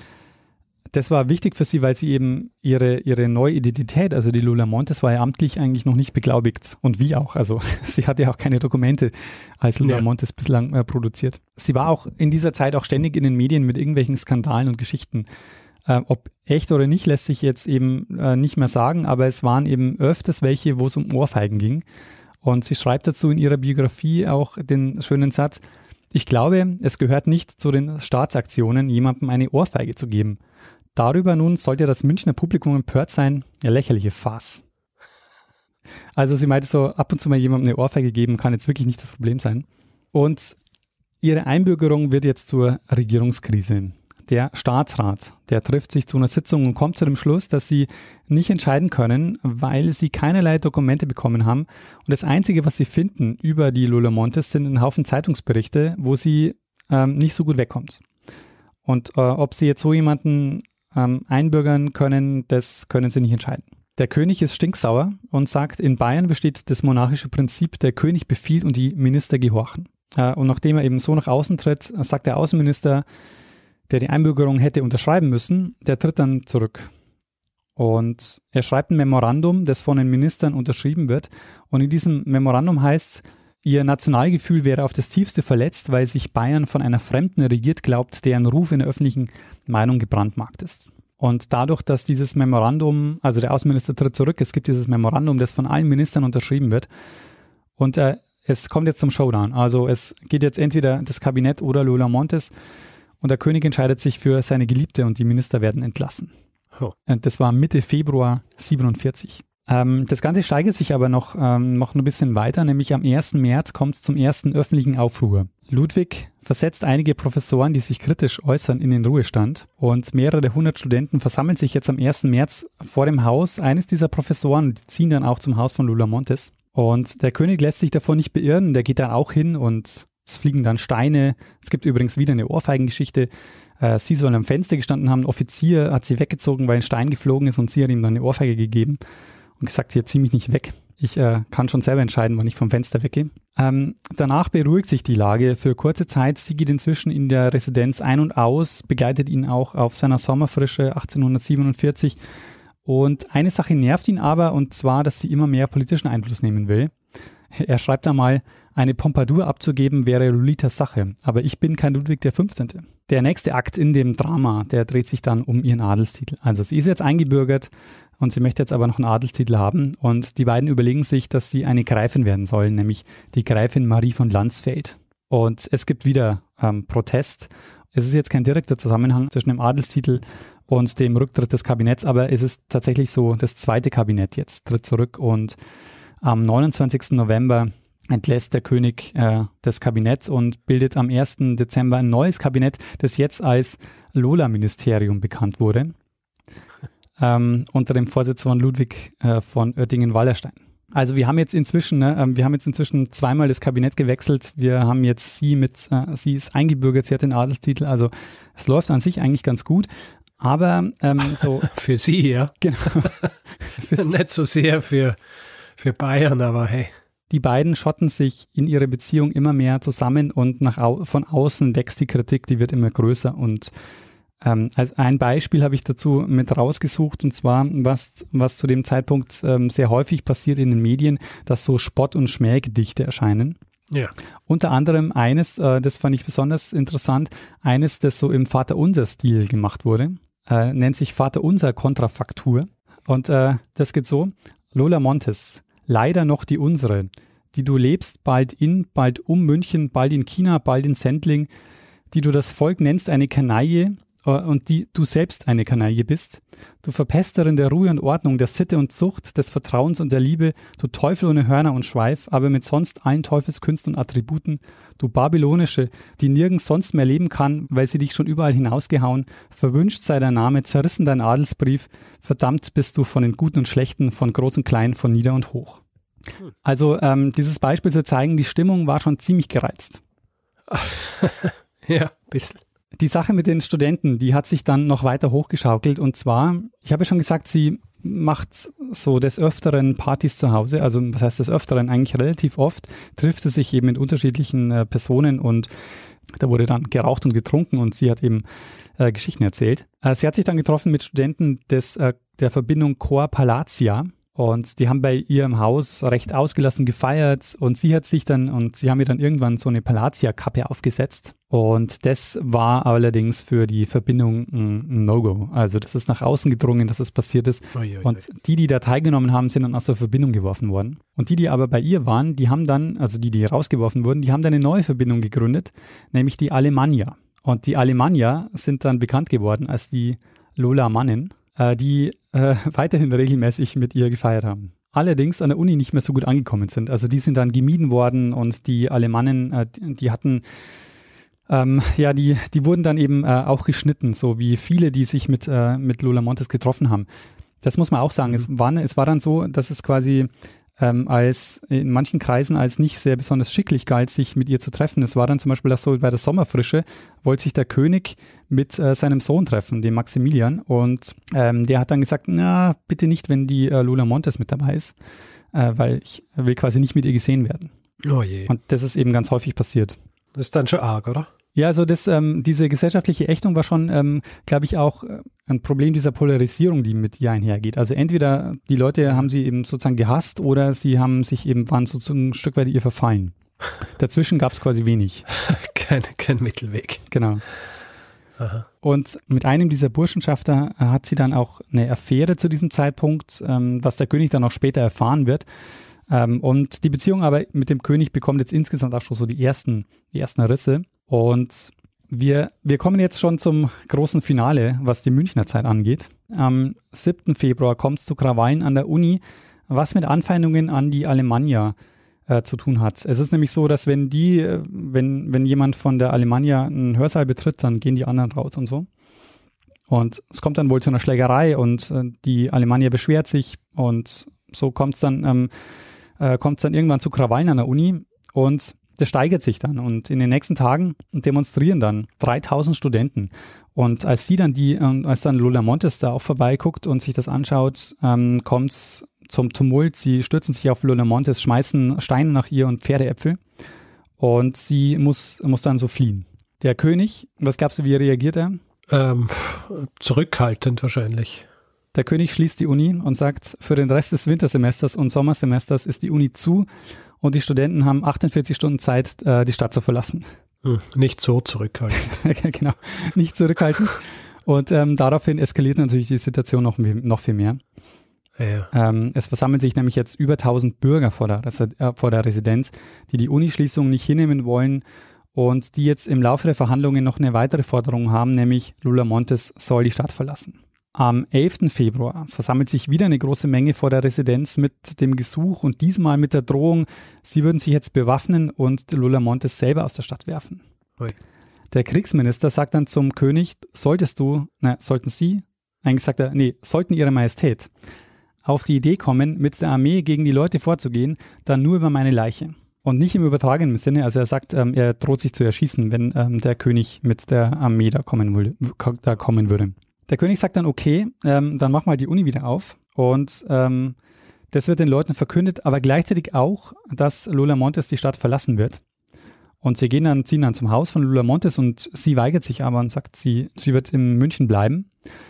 das war wichtig für sie, weil sie eben ihre neue Identität, also die Lola Montes, war ja amtlich eigentlich noch nicht beglaubigt. Und wie auch. Also sie hat ja auch keine Dokumente als Lola Montes bislang produziert. Sie war auch in dieser Zeit auch ständig in den Medien mit irgendwelchen Skandalen und Geschichten. Ob echt oder nicht, lässt sich jetzt eben nicht mehr sagen, aber es waren eben öfters welche, wo es um Ohrfeigen ging. Und sie schreibt dazu in ihrer Biografie auch den schönen Satz: Ich glaube, es gehört nicht zu den Staatsaktionen, jemandem eine Ohrfeige zu geben. Darüber nun sollte das Münchner Publikum empört sein, ja, lächerliche Farce. Also sie meinte so, ab und zu mal jemandem eine Ohrfeige geben, kann jetzt wirklich nicht das Problem sein. Und ihre Einbürgerung wird jetzt zur Regierungskrise. Der Staatsrat, der trifft sich zu einer Sitzung und kommt zu dem Schluss, dass sie nicht entscheiden können, weil sie keinerlei Dokumente bekommen haben. Und das Einzige, was sie finden über die Lola Montes, sind ein Haufen Zeitungsberichte, wo sie nicht so gut wegkommt. Und ob sie jetzt so jemanden einbürgern können, das können sie nicht entscheiden. Der König ist stinksauer und sagt, in Bayern besteht das monarchische Prinzip, der König befiehlt und die Minister gehorchen. Und nachdem er eben so nach außen tritt, sagt der Außenminister, der die Einbürgerung hätte unterschreiben müssen, der tritt dann zurück. Und er schreibt ein Memorandum, das von den Ministern unterschrieben wird. Und in diesem Memorandum heißt es, ihr Nationalgefühl wäre auf das Tiefste verletzt, weil sich Bayern von einer Fremden regiert glaubt, deren Ruf in der öffentlichen Meinung gebrandmarkt ist. Und dadurch, dass dieses Memorandum, also der Außenminister tritt zurück, es gibt dieses Memorandum, das von allen Ministern unterschrieben wird. Und es kommt jetzt zum Showdown. Also es geht jetzt entweder das Kabinett oder Lola Montes. Und der König entscheidet sich für seine Geliebte und die Minister werden entlassen. Oh. Und das war Mitte Februar 47. Das Ganze steigert sich aber noch ein bisschen weiter, nämlich am 1. März kommt es zum ersten öffentlichen Aufruhr. Ludwig versetzt einige Professoren, die sich kritisch äußern, in den Ruhestand und mehrere hundert Studenten versammeln sich jetzt am 1. März vor dem Haus eines dieser Professoren und die ziehen dann auch zum Haus von Lola Montes. Und der König lässt sich davon nicht beirren, der geht dann auch hin und es fliegen dann Steine. Es gibt übrigens wieder eine Ohrfeigengeschichte. Sie soll am Fenster gestanden haben. Ein Offizier hat sie weggezogen, weil ein Stein geflogen ist und sie hat ihm dann eine Ohrfeige gegeben und gesagt, hier zieh mich nicht weg. Ich kann schon selber entscheiden, wann ich vom Fenster weggehe. Danach beruhigt sich die Lage für kurze Zeit. Sie geht inzwischen in der Residenz ein und aus, begleitet ihn auch auf seiner Sommerfrische 1847. Und eine Sache nervt ihn aber, und zwar, dass sie immer mehr politischen Einfluss nehmen will. Er schreibt einmal, eine Pompadour abzugeben wäre Lolitas Sache, aber ich bin kein Ludwig der 15. Der nächste Akt in dem Drama, der dreht sich dann um ihren Adelstitel. Also sie ist jetzt eingebürgert und sie möchte jetzt aber noch einen Adelstitel haben und die beiden überlegen sich, dass sie eine Gräfin werden sollen, nämlich die Gräfin Marie von Landsfeld. Und es gibt wieder Protest. Es ist jetzt kein direkter Zusammenhang zwischen dem Adelstitel und dem Rücktritt des Kabinetts, aber es ist tatsächlich so, das zweite Kabinett jetzt tritt zurück und am 29. November entlässt der König das Kabinett und bildet am 1. Dezember ein neues Kabinett, das jetzt als Lola-Ministerium bekannt wurde, unter dem Vorsitz von Ludwig von Oettingen-Wallerstein. Also wir haben jetzt inzwischen zweimal das Kabinett gewechselt. Wir haben jetzt sie ist eingebürgert, sie hat den Adelstitel, also es läuft an sich eigentlich ganz gut. Aber so... Für Sie, ja. Genau. Nicht so sehr für Bayern, aber hey. Die beiden schotten sich in ihrer Beziehung immer mehr zusammen und von außen wächst die Kritik, die wird immer größer. Und als ein Beispiel habe ich dazu mit rausgesucht, und zwar, was zu dem Zeitpunkt sehr häufig passiert in den Medien, dass so Spott- und Schmähgedichte erscheinen. Ja. Unter anderem eines, das fand ich besonders interessant, eines, das so im Vaterunser-Stil gemacht wurde, nennt sich Vaterunser Kontrafaktur. Und das geht so: Lola Montes, leider noch die unsere, die du lebst, bald um München, bald in China, bald in Sendling, die du das Volk nennst eine Kanaille und die du selbst eine Kanaille bist. Du Verpesterin der Ruhe und Ordnung, der Sitte und Zucht, des Vertrauens und der Liebe, du Teufel ohne Hörner und Schweif, aber mit sonst allen Teufelskünsten und Attributen, du Babylonische, die nirgends sonst mehr leben kann, weil sie dich schon überall hinausgehauen, verwünscht sei dein Name, zerrissen dein Adelsbrief, verdammt bist du von den Guten und Schlechten, von Groß und Klein, von Nieder und Hoch. Also dieses Beispiel zu zeigen, die Stimmung war schon ziemlich gereizt. Ja, ein bisschen. Die Sache mit den Studenten, die hat sich dann noch weiter hochgeschaukelt, und zwar, ich habe ja schon gesagt, sie macht so des Öfteren Partys zu Hause, also was heißt des Öfteren, eigentlich relativ oft trifft sie sich eben mit unterschiedlichen Personen, und da wurde dann geraucht und getrunken und sie hat eben Geschichten erzählt. Sie hat sich dann getroffen mit Studenten der Verbindung Chor Palatia. Und die haben bei ihrem Haus recht ausgelassen gefeiert, und sie haben ihr dann irgendwann so eine Palatia-Kappe aufgesetzt. Und das war allerdings für die Verbindung ein No-Go. Also das ist nach außen gedrungen, dass das passiert ist. Und die da teilgenommen haben, sind dann aus der Verbindung geworfen worden. Und die aber bei ihr waren, die haben dann, also die rausgeworfen wurden, die haben dann eine neue Verbindung gegründet, nämlich die Alemannia. Und die Alemannia sind dann bekannt geworden als die Lola Mannen, die weiterhin regelmäßig mit ihr gefeiert haben. Allerdings an der Uni nicht mehr so gut angekommen sind. Also die sind dann gemieden worden, und die Alemannen, die hatten, die wurden dann eben auch geschnitten, so wie viele, die sich mit Lola Montes getroffen haben. Das muss man auch sagen. Es war dann so, dass es quasi als in manchen Kreisen als nicht sehr besonders schicklich galt, sich mit ihr zu treffen. Es war dann zum Beispiel das so, bei der Sommerfrische wollte sich der König mit seinem Sohn treffen, dem Maximilian, und der hat dann gesagt, na, bitte nicht, wenn die Lola Montes mit dabei ist, weil ich will quasi nicht mit ihr gesehen werden. Oh je. Und das ist eben ganz häufig passiert. Das ist dann schon arg, oder? Ja, also diese gesellschaftliche Ächtung war schon, glaube ich, auch ein Problem dieser Polarisierung, die mit ihr einhergeht. Also entweder die Leute haben sie eben sozusagen gehasst, oder sie waren sozusagen ein Stück weit ihr verfallen. Dazwischen gab es quasi wenig. Kein Mittelweg. Genau. Aha. Und mit einem dieser Burschenschafter hat sie dann auch eine Affäre zu diesem Zeitpunkt, was der König dann auch später erfahren wird. Und die Beziehung aber mit dem König bekommt jetzt insgesamt auch schon so die ersten Risse. Und wir kommen jetzt schon zum großen Finale, was die Münchner Zeit angeht. Am 7. Februar kommt es zu Krawallen an der Uni, was mit Anfeindungen an die Alemannia zu tun hat. Es ist nämlich so, dass wenn jemand von der Alemannia einen Hörsaal betritt, dann gehen die anderen raus und so. Und es kommt dann wohl zu einer Schlägerei, und die Alemannia beschwert sich, und so kommt es dann irgendwann zu Krawallen an der Uni, und das steigert sich dann, und in den nächsten Tagen demonstrieren dann 3000 Studenten. Und als dann Lola Montes da auch vorbeiguckt und sich das anschaut, kommt es zum Tumult. Sie stürzen sich auf Lola Montes, schmeißen Steine nach ihr und Pferdeäpfel, und sie muss dann so fliehen. Der König, was glaubst du, wie reagiert er? Zurückhaltend wahrscheinlich. Der König schließt die Uni und sagt, für den Rest des Wintersemesters und Sommersemesters ist die Uni zu, und die Studenten haben 48 Stunden Zeit, die Stadt zu verlassen. Nicht so zurückhaltend. Genau, nicht zurückhaltend. Und daraufhin eskaliert natürlich die Situation noch viel mehr. Ja. Es versammeln sich nämlich jetzt über 1000 Bürger vor der Residenz, die Unischließung nicht hinnehmen wollen und die jetzt im Laufe der Verhandlungen noch eine weitere Forderung haben, nämlich Lola Montes soll die Stadt verlassen. Am 11. Februar versammelt sich wieder eine große Menge vor der Residenz mit dem Gesuch und diesmal mit der Drohung, sie würden sich jetzt bewaffnen und Lola Montes selber aus der Stadt werfen. Ui. Der Kriegsminister sagt dann zum König, sollten Ihre Majestät auf die Idee kommen, mit der Armee gegen die Leute vorzugehen, dann nur über meine Leiche. Und nicht im übertragenen Sinne, also er sagt, er droht sich zu erschießen, wenn der König mit der Armee da kommen würde. Der König sagt dann, okay, dann machen wir halt die Uni wieder auf und das wird den Leuten verkündet, aber gleichzeitig auch, dass Lola Montes die Stadt verlassen wird. Und sie ziehen dann zum Haus von Lola Montes und sie weigert sich aber und sagt, sie wird in München bleiben.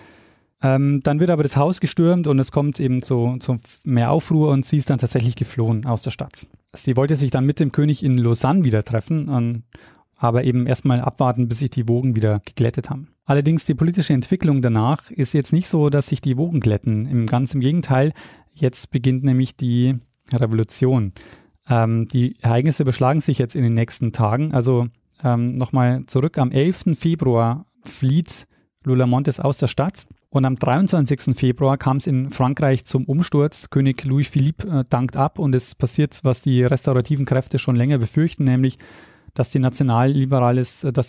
Dann wird aber das Haus gestürmt und es kommt eben zu mehr Aufruhr und sie ist dann tatsächlich geflohen aus der Stadt. Sie wollte sich dann mit dem König in Lausanne wieder treffen, aber eben erstmal abwarten, bis sich die Wogen wieder geglättet haben. Allerdings die politische Entwicklung danach ist jetzt nicht so, dass sich die Wogen glätten. Ganz im Gegenteil, jetzt beginnt nämlich die Revolution. Die Ereignisse überschlagen sich jetzt in den nächsten Tagen. Also nochmal zurück, am 11. Februar flieht Lola Montes aus der Stadt und am 23. Februar kam es in Frankreich zum Umsturz. König Louis Philippe dankt ab und es passiert, was die restaurativen Kräfte schon länger befürchten, nämlich dass das nationalliberale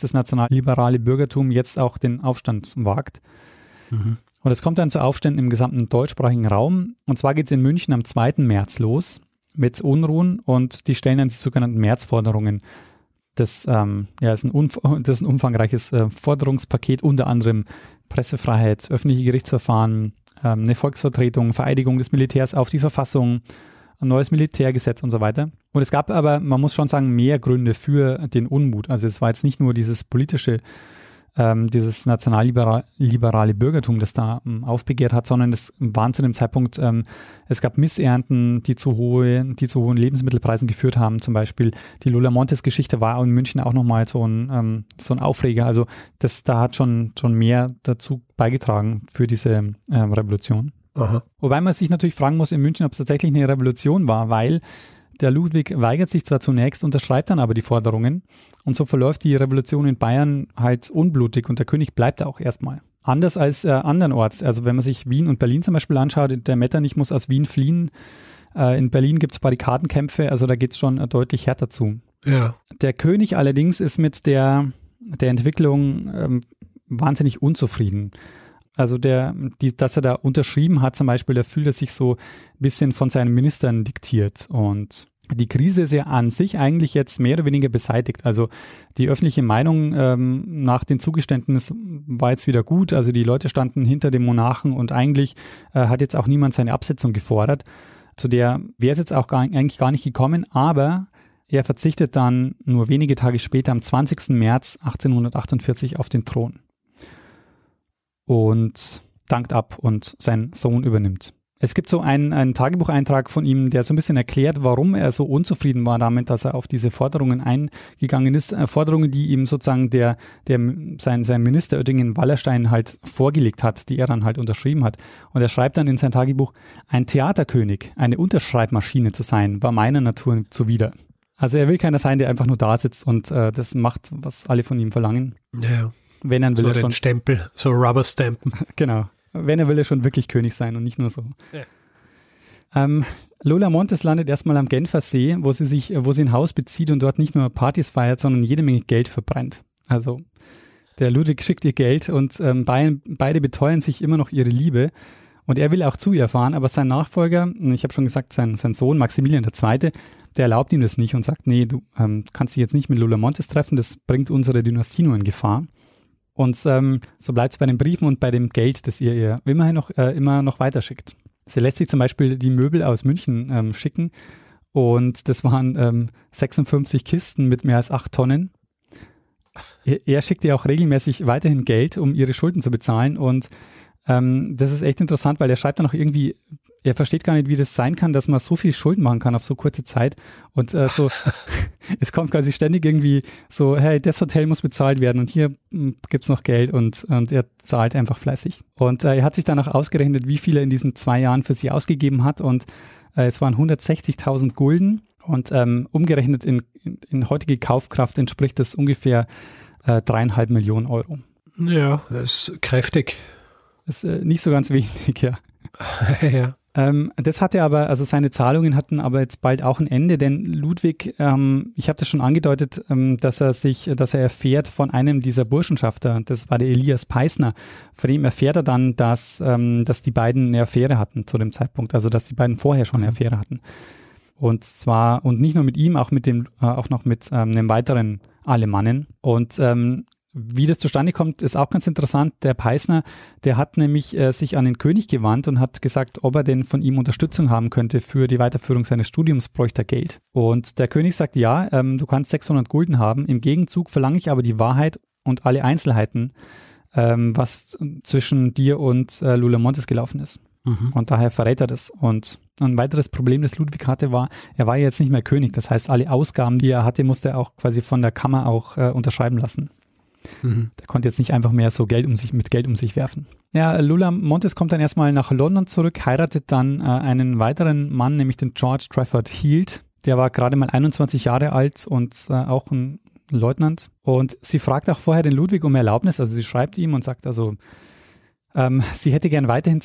Bürgertum jetzt auch den Aufstand wagt. Mhm. Und es kommt dann zu Aufständen im gesamten deutschsprachigen Raum. Und zwar geht es in München am 2. März los mit Unruhen und die stellen dann die sogenannten Märzforderungen. Das ist ein umfangreiches Forderungspaket, unter anderem Pressefreiheit, öffentliche Gerichtsverfahren, eine Volksvertretung, Vereidigung des Militärs auf die Verfassung, ein neues Militärgesetz und so weiter. Und es gab aber, man muss schon sagen, mehr Gründe für den Unmut. Also es war jetzt nicht nur dieses politische, dieses nationalliberale Bürgertum, das da aufbegehrt hat, sondern es waren zu dem Zeitpunkt, es gab Missernten, die zu hohen Lebensmittelpreisen geführt haben. Zum Beispiel die Lola Montes Geschichte war in München auch nochmal so ein Aufreger. Also da hat schon mehr dazu beigetragen für diese Revolution. Aha. Wobei man sich natürlich fragen muss in München, ob es tatsächlich eine Revolution war, weil der Ludwig weigert sich zwar zunächst, unterschreibt dann aber die Forderungen und so verläuft die Revolution in Bayern halt unblutig und der König bleibt da auch erstmal. Anders als andernorts, also wenn man sich Wien und Berlin zum Beispiel anschaut, der Metternich muss aus Wien fliehen, in Berlin gibt es Barrikadenkämpfe, also da geht es schon deutlich härter zu. Ja. Der König allerdings ist mit der Entwicklung wahnsinnig unzufrieden. Also dass er da unterschrieben hat zum Beispiel, da fühlt er sich so ein bisschen von seinen Ministern diktiert und die Krise ist ja an sich eigentlich jetzt mehr oder weniger beseitigt. Also die öffentliche Meinung nach den Zugeständnissen war jetzt wieder gut, also die Leute standen hinter dem Monarchen und eigentlich hat jetzt auch niemand seine Absetzung gefordert. Zu der wäre es jetzt auch eigentlich gar nicht gekommen, aber er verzichtet dann nur wenige Tage später am 20. März 1848 auf den Thron. Und dankt ab und sein Sohn übernimmt. Es gibt so einen Tagebucheintrag von ihm, der so ein bisschen erklärt, warum er so unzufrieden war damit, dass er auf diese Forderungen eingegangen ist. Forderungen, die ihm sozusagen sein Minister Oettingen-Wallerstein halt vorgelegt hat, die er dann halt unterschrieben hat. Und er schreibt dann in sein Tagebuch, ein Theaterkönig, eine Unterschreibmaschine zu sein, war meiner Natur zuwider. Also er will keiner sein, der einfach nur da sitzt und das macht, was alle von ihm verlangen. Ja. Wenn er will, so er schon Stempel, so Rubberstampen. Genau. Wenn er will, er schon wirklich König sein und nicht nur so. Ja. Lola Montes landet erstmal am Genfersee, wo sie ein Haus bezieht und dort nicht nur Partys feiert, sondern jede Menge Geld verbrennt. Also der Ludwig schickt ihr Geld und beide beteuern sich immer noch ihre Liebe. Und er will auch zu ihr fahren, aber sein Nachfolger, ich habe schon gesagt, sein Sohn Maximilian II., der erlaubt ihm das nicht und sagt, nee, du kannst dich jetzt nicht mit Lola Montes treffen, das bringt unsere Dynastie nur in Gefahr. Und so bleibt es bei den Briefen und bei dem Geld, das ihr immerhin immer noch weiterschickt. Sie lässt sich zum Beispiel die Möbel aus München schicken und das waren 56 Kisten mit mehr als 8 Tonnen. Er schickt ihr auch regelmäßig weiterhin Geld, um ihre Schulden zu bezahlen und das ist echt interessant, weil er schreibt dann auch irgendwie, er versteht gar nicht, wie das sein kann, dass man so viel Schulden machen kann auf so kurze Zeit und es kommt quasi ständig irgendwie so, hey, das Hotel muss bezahlt werden und hier gibt's noch Geld und er zahlt einfach fleißig. Und er hat sich dann auch ausgerechnet, wie viel er in diesen 2 Jahren für sie ausgegeben hat und es waren 160.000 Gulden und umgerechnet in heutige Kaufkraft entspricht das ungefähr 3,5 Millionen Euro. Ja, das ist kräftig. Das ist nicht so ganz wenig, ja. Ja. Das hatte aber, also seine Zahlungen hatten aber jetzt bald auch ein Ende, denn Ludwig, ich habe das schon angedeutet, dass er erfährt von einem dieser Burschenschafter, das war der Elias Peisner, von dem erfährt er dann, dass die beiden eine Affäre hatten zu dem Zeitpunkt, also dass die beiden vorher schon eine Affäre hatten. Und zwar, und nicht nur mit ihm, auch noch mit einem weiteren Alemannen. Und Wie das zustande kommt, ist auch ganz interessant. Der Peisner, der hat nämlich sich an den König gewandt und hat gesagt, ob er denn von ihm Unterstützung haben könnte für die Weiterführung seines Studiums, bräuchte er Geld. Und der König sagt, ja, du kannst 600 Gulden haben. Im Gegenzug verlange ich aber die Wahrheit und alle Einzelheiten, was zwischen dir und Lula Montes gelaufen ist. Und daher verrät er das. Und ein weiteres Problem, das Ludwig hatte, war, er war jetzt nicht mehr König. Das heißt, alle Ausgaben, die er hatte, musste er auch quasi von der Kammer auch unterschreiben lassen. Der konnte jetzt nicht einfach mehr so mit Geld um sich werfen. Ja, Lula Montes kommt dann erstmal nach London zurück, heiratet dann einen weiteren Mann, nämlich den George Trafford Heald. Der war gerade mal 21 Jahre alt und auch ein Leutnant. Und sie fragt auch vorher den Ludwig um Erlaubnis, also sie schreibt ihm und sagt also, sie hätte gern weiterhin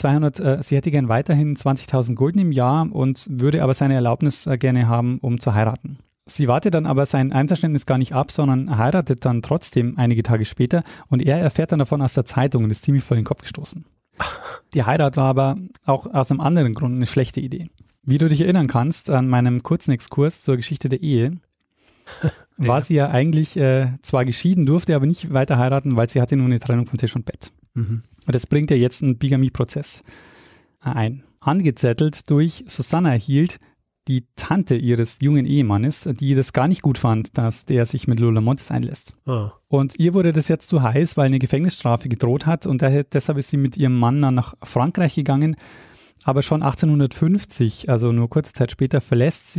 20.000 Gulden im Jahr und würde aber seine Erlaubnis gerne haben, um zu heiraten. Sie wartet dann aber sein Einverständnis gar nicht ab, sondern heiratet dann trotzdem einige Tage später und er erfährt dann davon aus der Zeitung und ist ziemlich vor den Kopf gestoßen. Die Heirat war aber auch aus einem anderen Grund eine schlechte Idee. Wie du dich erinnern kannst, an meinem kurzen Exkurs zur Geschichte der Ehe, war sie ja eigentlich zwar geschieden, durfte aber nicht weiter heiraten, weil sie hatte nur eine Trennung von Tisch und Bett. Und das bringt ja jetzt einen Bigamie-Prozess ein. Angezettelt durch Susanna Heald, die Tante ihres jungen Ehemannes, die das gar nicht gut fand, dass der sich mit Lula Montes einlässt. Oh. Und ihr wurde das jetzt zu heiß, weil eine Gefängnisstrafe gedroht hat und deshalb ist sie mit ihrem Mann dann nach Frankreich gegangen. Aber schon 1850, also nur kurze Zeit später, verlässt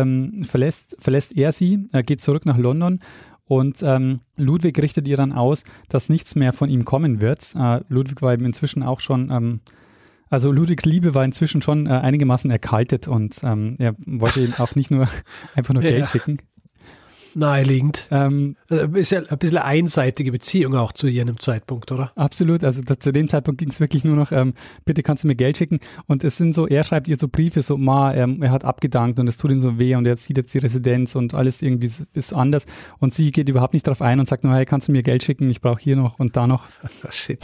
er sie, geht zurück nach London und Ludwig richtet ihr dann aus, dass nichts mehr von ihm kommen wird. Ludwig war eben inzwischen auch schon Also Ludwigs Liebe war inzwischen schon einigermaßen erkaltet und er wollte eben auch nicht nur einfach nur Geld schicken. Naheliegend. Ist ja ein bisschen eine einseitige Beziehung auch zu jenem Zeitpunkt, oder? Absolut, also zu dem Zeitpunkt ging es wirklich nur noch, bitte kannst du mir Geld schicken und es sind so, er schreibt ihr so Briefe, so er hat abgedankt und es tut ihm so weh und er zieht jetzt die Residenz und alles irgendwie ist anders und sie geht überhaupt nicht drauf ein und sagt nur, hey, kannst du mir Geld schicken, ich brauche hier noch und da noch. Oh, shit.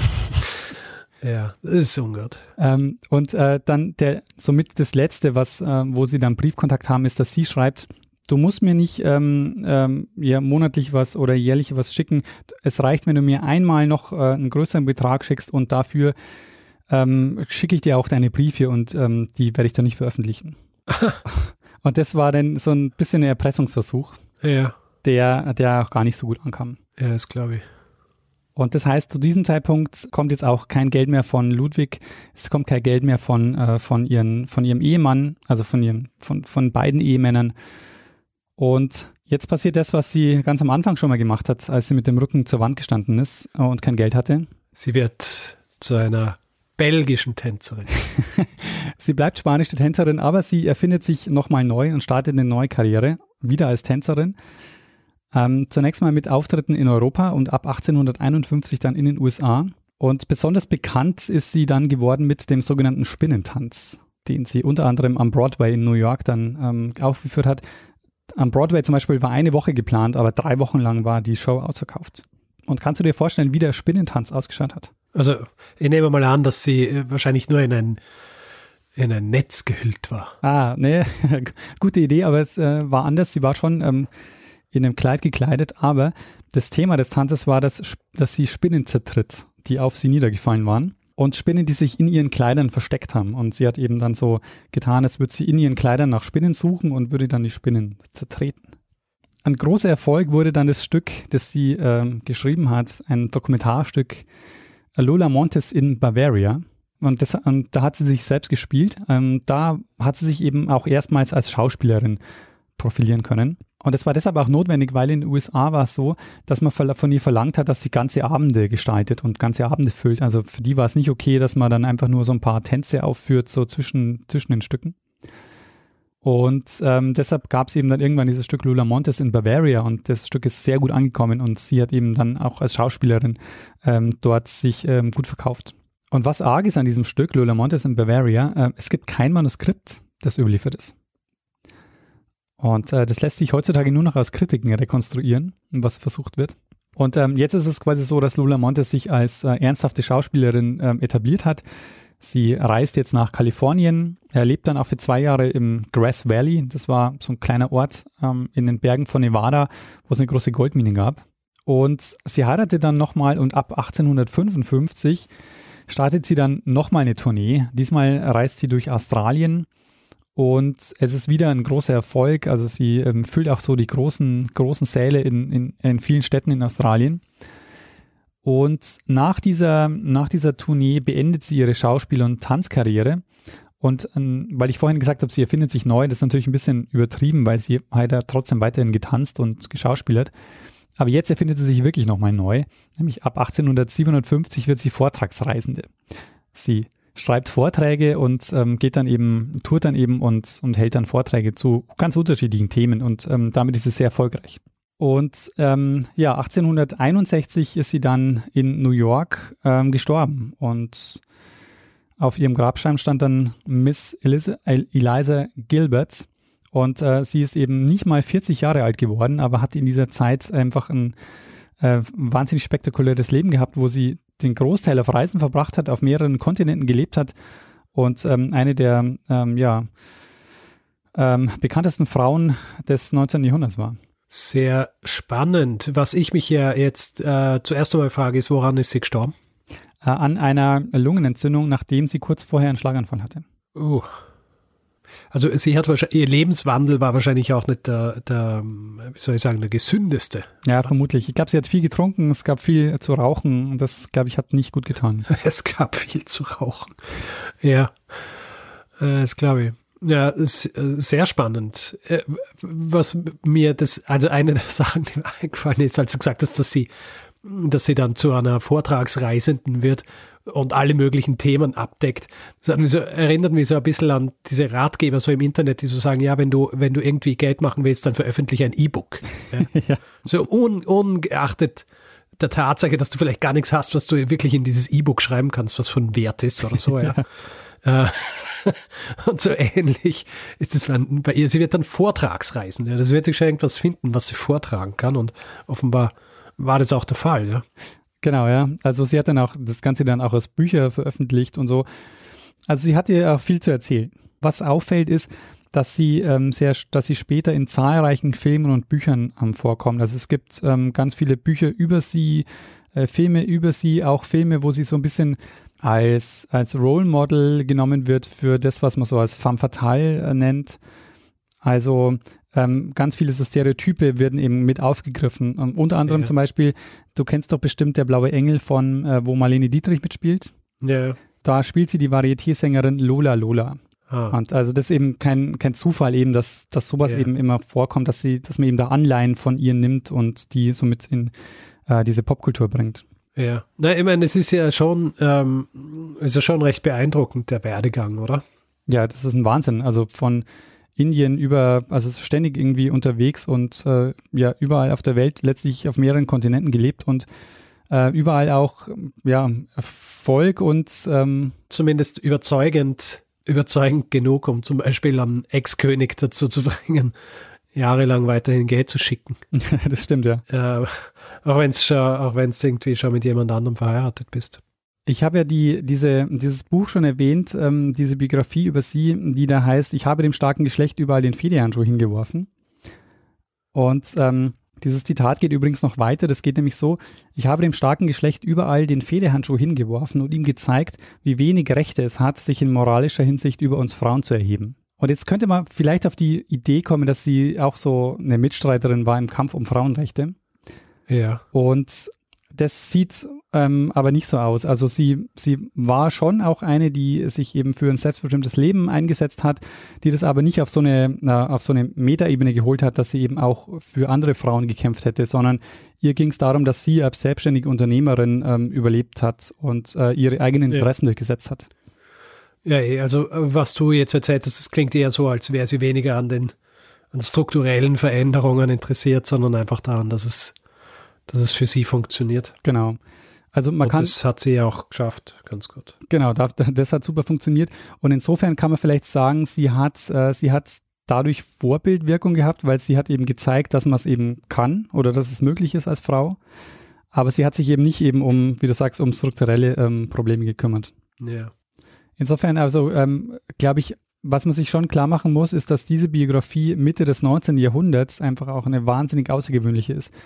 Ja, das ist ungut. Und dann somit das Letzte, wo sie dann Briefkontakt haben, ist, dass sie schreibt, du musst mir nicht monatlich was oder jährlich was schicken. Es reicht, wenn du mir einmal noch einen größeren Betrag schickst und dafür schicke ich dir auch deine Briefe und die werde ich dann nicht veröffentlichen. Und das war dann so ein bisschen ein Erpressungsversuch, der auch gar nicht so gut ankam. Ja, das glaube ich. Und das heißt, zu diesem Zeitpunkt kommt jetzt auch kein Geld mehr von Ludwig, es kommt kein Geld mehr von ihrem Ehemann, also von beiden Ehemännern. Und jetzt passiert das, was sie ganz am Anfang schon mal gemacht hat, als sie mit dem Rücken zur Wand gestanden ist und kein Geld hatte. Sie wird zu einer belgischen Tänzerin. Sie bleibt spanische Tänzerin, aber sie erfindet sich nochmal neu und startet eine neue Karriere, wieder als Tänzerin. Zunächst mal mit Auftritten in Europa und ab 1851 dann in den USA. Und besonders bekannt ist sie dann geworden mit dem sogenannten Spinnentanz, den sie unter anderem am Broadway in New York dann aufgeführt hat. Am Broadway zum Beispiel war eine Woche geplant, aber 3 Wochen lang war die Show ausverkauft. Und kannst du dir vorstellen, wie der Spinnentanz ausgeschaut hat? Also ich nehme mal an, dass sie wahrscheinlich nur in ein Netz gehüllt war. Nee, gute Idee, aber es war anders. Sie war schon in einem Kleid gekleidet, aber das Thema des Tanzes war, dass sie Spinnen zertritt, die auf sie niedergefallen waren. Und Spinnen, die sich in ihren Kleidern versteckt haben. Und sie hat eben dann so getan, als würde sie in ihren Kleidern nach Spinnen suchen und würde dann die Spinnen zertreten. Ein großer Erfolg wurde dann das Stück, das sie geschrieben hat, ein Dokumentarstück Lula Montes in Bavaria. Und da hat sie sich selbst gespielt. Da hat sie sich eben auch erstmals als Schauspielerin profilieren können. Und das war deshalb auch notwendig, weil in den USA war es so, dass man von ihr verlangt hat, dass sie ganze Abende gestaltet und ganze Abende füllt. Also für die war es nicht okay, dass man dann einfach nur so ein paar Tänze aufführt, so zwischen den Stücken. Und deshalb gab es eben dann irgendwann dieses Stück Lula Montes in Bavaria und das Stück ist sehr gut angekommen und sie hat eben dann auch als Schauspielerin dort sich gut verkauft. Und was arg ist an diesem Stück Lula Montes in Bavaria, es gibt kein Manuskript, das überliefert ist. Und das lässt sich heutzutage nur noch aus Kritiken rekonstruieren, was versucht wird. Und jetzt ist es quasi so, dass Lula Montes sich als ernsthafte Schauspielerin etabliert hat. Sie reist jetzt nach Kalifornien, lebt dann auch für 2 Jahre im Grass Valley. Das war so ein kleiner Ort in den Bergen von Nevada, wo es eine große Goldmine gab. Und sie heiratet dann nochmal und ab 1855 startet sie dann nochmal eine Tournee. Diesmal reist sie durch Australien und es ist wieder ein großer Erfolg. Also sie füllt auch so die großen Säle in vielen Städten in Australien. Und nach dieser Tournee beendet sie ihre Schauspiel- und Tanzkarriere. Und weil ich vorhin gesagt habe, sie erfindet sich neu, das ist natürlich ein bisschen übertrieben, weil sie hat ja trotzdem weiterhin getanzt und geschauspielert. Aber jetzt erfindet sie sich wirklich nochmal neu. Nämlich ab 1857 wird sie Vortragsreisende. Sie schreibt Vorträge und tourt dann eben und hält dann Vorträge zu ganz unterschiedlichen Themen. Und damit ist sie sehr erfolgreich. Und 1861 ist sie dann in New York gestorben und auf ihrem Grabstein stand dann Miss Eliza Gilbert und sie ist eben nicht mal 40 Jahre alt geworden, aber hat in dieser Zeit einfach ein wahnsinnig spektakuläres Leben gehabt, wo sie den Großteil auf Reisen verbracht hat, auf mehreren Kontinenten gelebt hat und eine der bekanntesten Frauen des 19. Jahrhunderts war. Sehr spannend. Was ich mich ja jetzt zuerst einmal frage, ist, woran ist sie gestorben? An einer Lungenentzündung, nachdem sie kurz vorher einen Schlaganfall hatte. Also sie hat wahrscheinlich, ihr Lebenswandel war wahrscheinlich auch nicht der gesündeste. Ja, vermutlich. Ich glaube, sie hat viel getrunken, es gab viel zu rauchen und das, glaube ich, hat nicht gut getan. Es gab viel zu rauchen. Ja, das glaube ich. Ja, ist sehr spannend. Was mir also eine der Sachen, die mir eingefallen ist, als du gesagt hast, dass sie dann zu einer Vortragsreisenden wird und alle möglichen Themen abdeckt. Das erinnert mich so ein bisschen an diese Ratgeber so im Internet, die so sagen, ja, wenn du irgendwie Geld machen willst, dann veröffentliche ein E-Book. Ja. Ja. So ungeachtet der Tatsache, dass du vielleicht gar nichts hast, was du wirklich in dieses E-Book schreiben kannst, was von Wert ist oder so, ja. Und so ähnlich ist es bei ihr. Sie wird dann Vortragsreisende. Das wird sich schon irgendwas finden, was sie vortragen kann und offenbar war das auch der Fall, ja. Genau, ja. Also sie hat dann auch das Ganze dann auch als Bücher veröffentlicht und so. Also sie hat ihr auch viel zu erzählen. Was auffällt ist, dass sie später in zahlreichen Filmen und Büchern vorkommt. Also es gibt ganz viele Bücher über sie, Filme über sie, auch Filme, wo sie so ein bisschen als Role Model genommen wird für das, was man so als femme fatale nennt. Also ganz viele so Stereotype werden eben mit aufgegriffen. Unter anderem zum Beispiel, du kennst doch bestimmt Der blaue Engel von, wo Marlene Dietrich mitspielt. Ja. Da spielt sie die Varieté-Sängerin Lola Lola. Und also das ist eben kein Zufall eben, dass sowas eben immer vorkommt, dass man eben da Anleihen von ihr nimmt und die somit in diese Popkultur bringt. Ja, na, ich meine, es ist ja schon recht beeindruckend, der Werdegang, oder? Ja, das ist ein Wahnsinn. Also von Indien also ständig irgendwie unterwegs und überall auf der Welt, letztlich auf mehreren Kontinenten gelebt und überall auch Erfolg und zumindest überzeugend genug, um zum Beispiel einen Ex-König dazu zu bringen, jahrelang weiterhin Geld zu schicken. Das stimmt, ja. Auch wenn es irgendwie schon mit jemand anderem verheiratet bist. Ich habe ja dieses Buch schon erwähnt, diese Biografie über sie, die da heißt, ich habe dem starken Geschlecht überall den Federhandschuh hingeworfen. Und dieses Zitat geht übrigens noch weiter, das geht nämlich so, ich habe dem starken Geschlecht überall den Federhandschuh hingeworfen und ihm gezeigt, wie wenig Rechte es hat, sich in moralischer Hinsicht über uns Frauen zu erheben. Und jetzt könnte man vielleicht auf die Idee kommen, dass sie auch so eine Mitstreiterin war im Kampf um Frauenrechte. Ja. Und das sieht aber nicht so aus. Also sie war schon auch eine, die sich eben für ein selbstbestimmtes Leben eingesetzt hat, die das aber nicht auf so eine Metaebene geholt hat, dass sie eben auch für andere Frauen gekämpft hätte, sondern ihr ging es darum, dass sie als selbstständige Unternehmerin überlebt hat und ihre eigenen Interessen durchgesetzt hat. Ja, also was du jetzt erzählt hast, das klingt eher so, als wäre sie weniger an strukturellen Veränderungen interessiert, sondern einfach daran, dass es für sie funktioniert. Genau. Also das hat sie ja auch geschafft, ganz gut. Genau, das hat super funktioniert. Und insofern kann man vielleicht sagen, sie hat dadurch Vorbildwirkung gehabt, weil sie hat eben gezeigt, dass man es eben kann oder dass es möglich ist als Frau. Aber sie hat sich eben nicht eben um, wie du sagst, um strukturelle Probleme gekümmert. Ja. Insofern, also glaube ich, was man sich schon klar machen muss, ist, dass diese Biografie Mitte des 19. Jahrhunderts einfach auch eine wahnsinnig außergewöhnliche ist.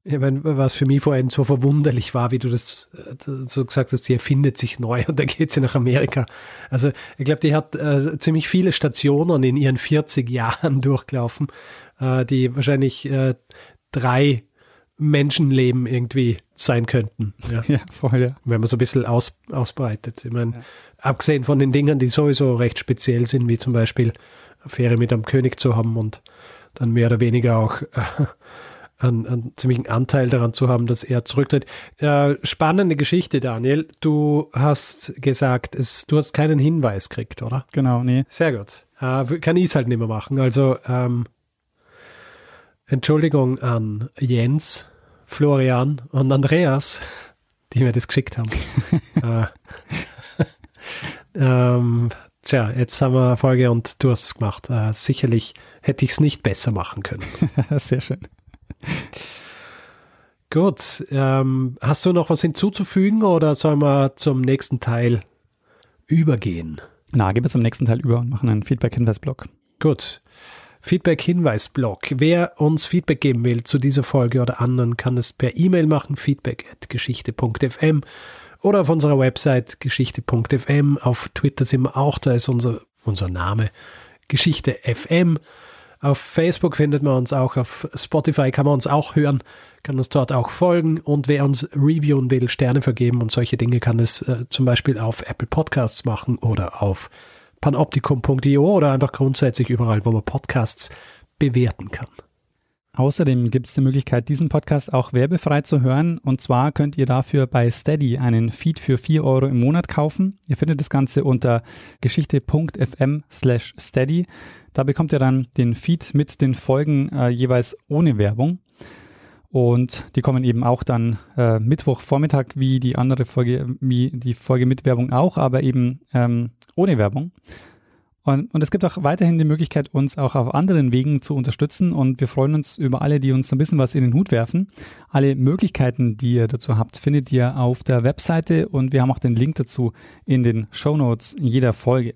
Ich meine, was für mich vorhin so verwunderlich war, wie du das so gesagt hast, sie erfindet sich neu und dann geht sie nach Amerika. Also ich glaube, die hat ziemlich viele Stationen in ihren 40 Jahren durchlaufen, die wahrscheinlich 3 Menschenleben irgendwie sein könnten. Ja, voll, ja. Wenn man so ein bisschen ausbreitet. Ich meine, abgesehen von den Dingen, die sowieso recht speziell sind, wie zum Beispiel Affäre mit einem König zu haben und dann mehr oder weniger auch einen ziemlichen Anteil daran zu haben, dass er zurücktritt. Spannende Geschichte, Daniel. Du hast gesagt, du hast keinen Hinweis gekriegt, oder? Genau, nee. Sehr gut. Kann ich es halt nicht mehr machen. Also Entschuldigung an Jens, Florian und Andreas, die mir das geschickt haben. Tja, jetzt haben wir eine Folge und du hast es gemacht. Sicherlich hätte ich es nicht besser machen können. Sehr schön. Gut, hast du noch was hinzuzufügen oder sollen wir zum nächsten Teil übergehen? Gehen wir zum nächsten Teil über und machen einen Feedback-Hinweis-Blog. Gut, Feedback-Hinweis-Blog. Wer uns Feedback geben will zu dieser Folge oder anderen, kann es per E-Mail machen, feedback@geschichte.fm oder auf unserer Website geschichte.fm. Auf Twitter sind wir auch, da ist unser Name Geschichte FM. Auf Facebook findet man uns auch, auf Spotify kann man uns auch hören, kann uns dort auch folgen und wer uns reviewen will, Sterne vergeben und solche Dinge, kann es zum Beispiel auf Apple Podcasts machen oder auf panoptikum.io oder einfach grundsätzlich überall, wo man Podcasts bewerten kann. Außerdem gibt es die Möglichkeit, diesen Podcast auch werbefrei zu hören. Und zwar könnt ihr dafür bei Steady einen Feed für 4 € im Monat kaufen. Ihr findet das Ganze unter geschichte.fm/steady. Da bekommt ihr dann den Feed mit den Folgen jeweils ohne Werbung. Und die kommen eben auch dann Mittwochvormittag wie die Folge mit Werbung auch, aber eben ohne Werbung. Und es gibt auch weiterhin die Möglichkeit, uns auch auf anderen Wegen zu unterstützen und wir freuen uns über alle, die uns ein bisschen was in den Hut werfen. Alle Möglichkeiten, die ihr dazu habt, findet ihr auf der Webseite und wir haben auch den Link dazu in den Shownotes jeder Folge.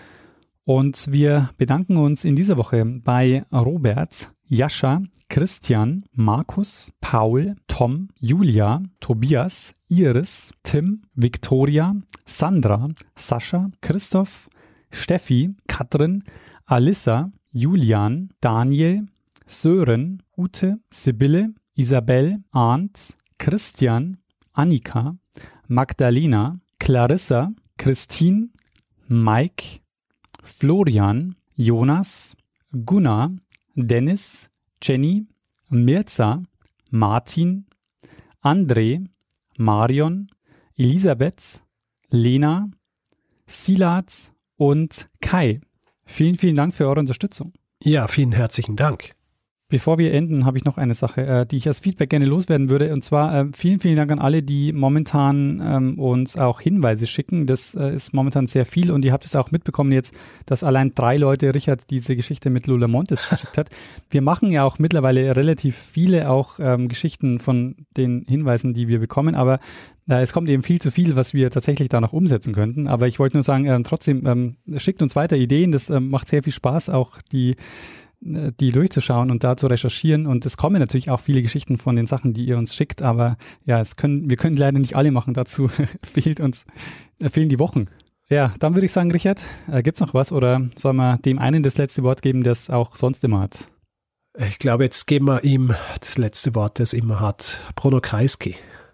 Und wir bedanken uns in dieser Woche bei Robert, Jascha, Christian, Markus, Paul, Tom, Julia, Tobias, Iris, Tim, Viktoria, Sandra, Sascha, Christoph, Steffi, Katrin, Alissa, Julian, Daniel, Sören, Ute, Sibylle, Isabel, Arndt, Christian, Annika, Magdalena, Clarissa, Christine, Mike, Florian, Jonas, Gunnar, Dennis, Jenny, Mirza, Martin, André, Marion, Elisabeth, Lena, Silas und Kai. Vielen, vielen Dank für eure Unterstützung. Ja, vielen herzlichen Dank. Bevor wir enden, habe ich noch eine Sache, die ich als Feedback gerne loswerden würde. Und zwar vielen, vielen Dank an alle, die momentan uns auch Hinweise schicken. Das ist momentan sehr viel und ihr habt es auch mitbekommen jetzt, dass allein 3 Leute Richard diese Geschichte mit Lola Montes geschickt hat. Wir machen ja auch mittlerweile relativ viele auch Geschichten von den Hinweisen, die wir bekommen, aber es kommt eben viel zu viel, was wir tatsächlich da noch umsetzen könnten. Aber ich wollte nur sagen, trotzdem schickt uns weiter Ideen. Das macht sehr viel Spaß, auch die durchzuschauen und da zu recherchieren. Und es kommen natürlich auch viele Geschichten von den Sachen, die ihr uns schickt. Aber ja, wir können leider nicht alle machen. Dazu fehlen die Wochen. Ja, dann würde ich sagen, Richard, gibt's noch was oder soll man dem einen das letzte Wort geben, das auch sonst immer hat? Ich glaube, jetzt geben wir ihm das letzte Wort, das immer hat. Bruno Kreisky.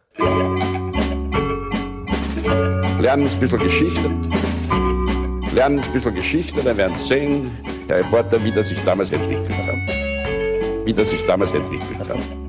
Lernen ein bisschen Geschichte. Lernen ein bisschen Geschichte, dann werden Sie sehen, der Reporter, wie das sich damals entwickelt hat.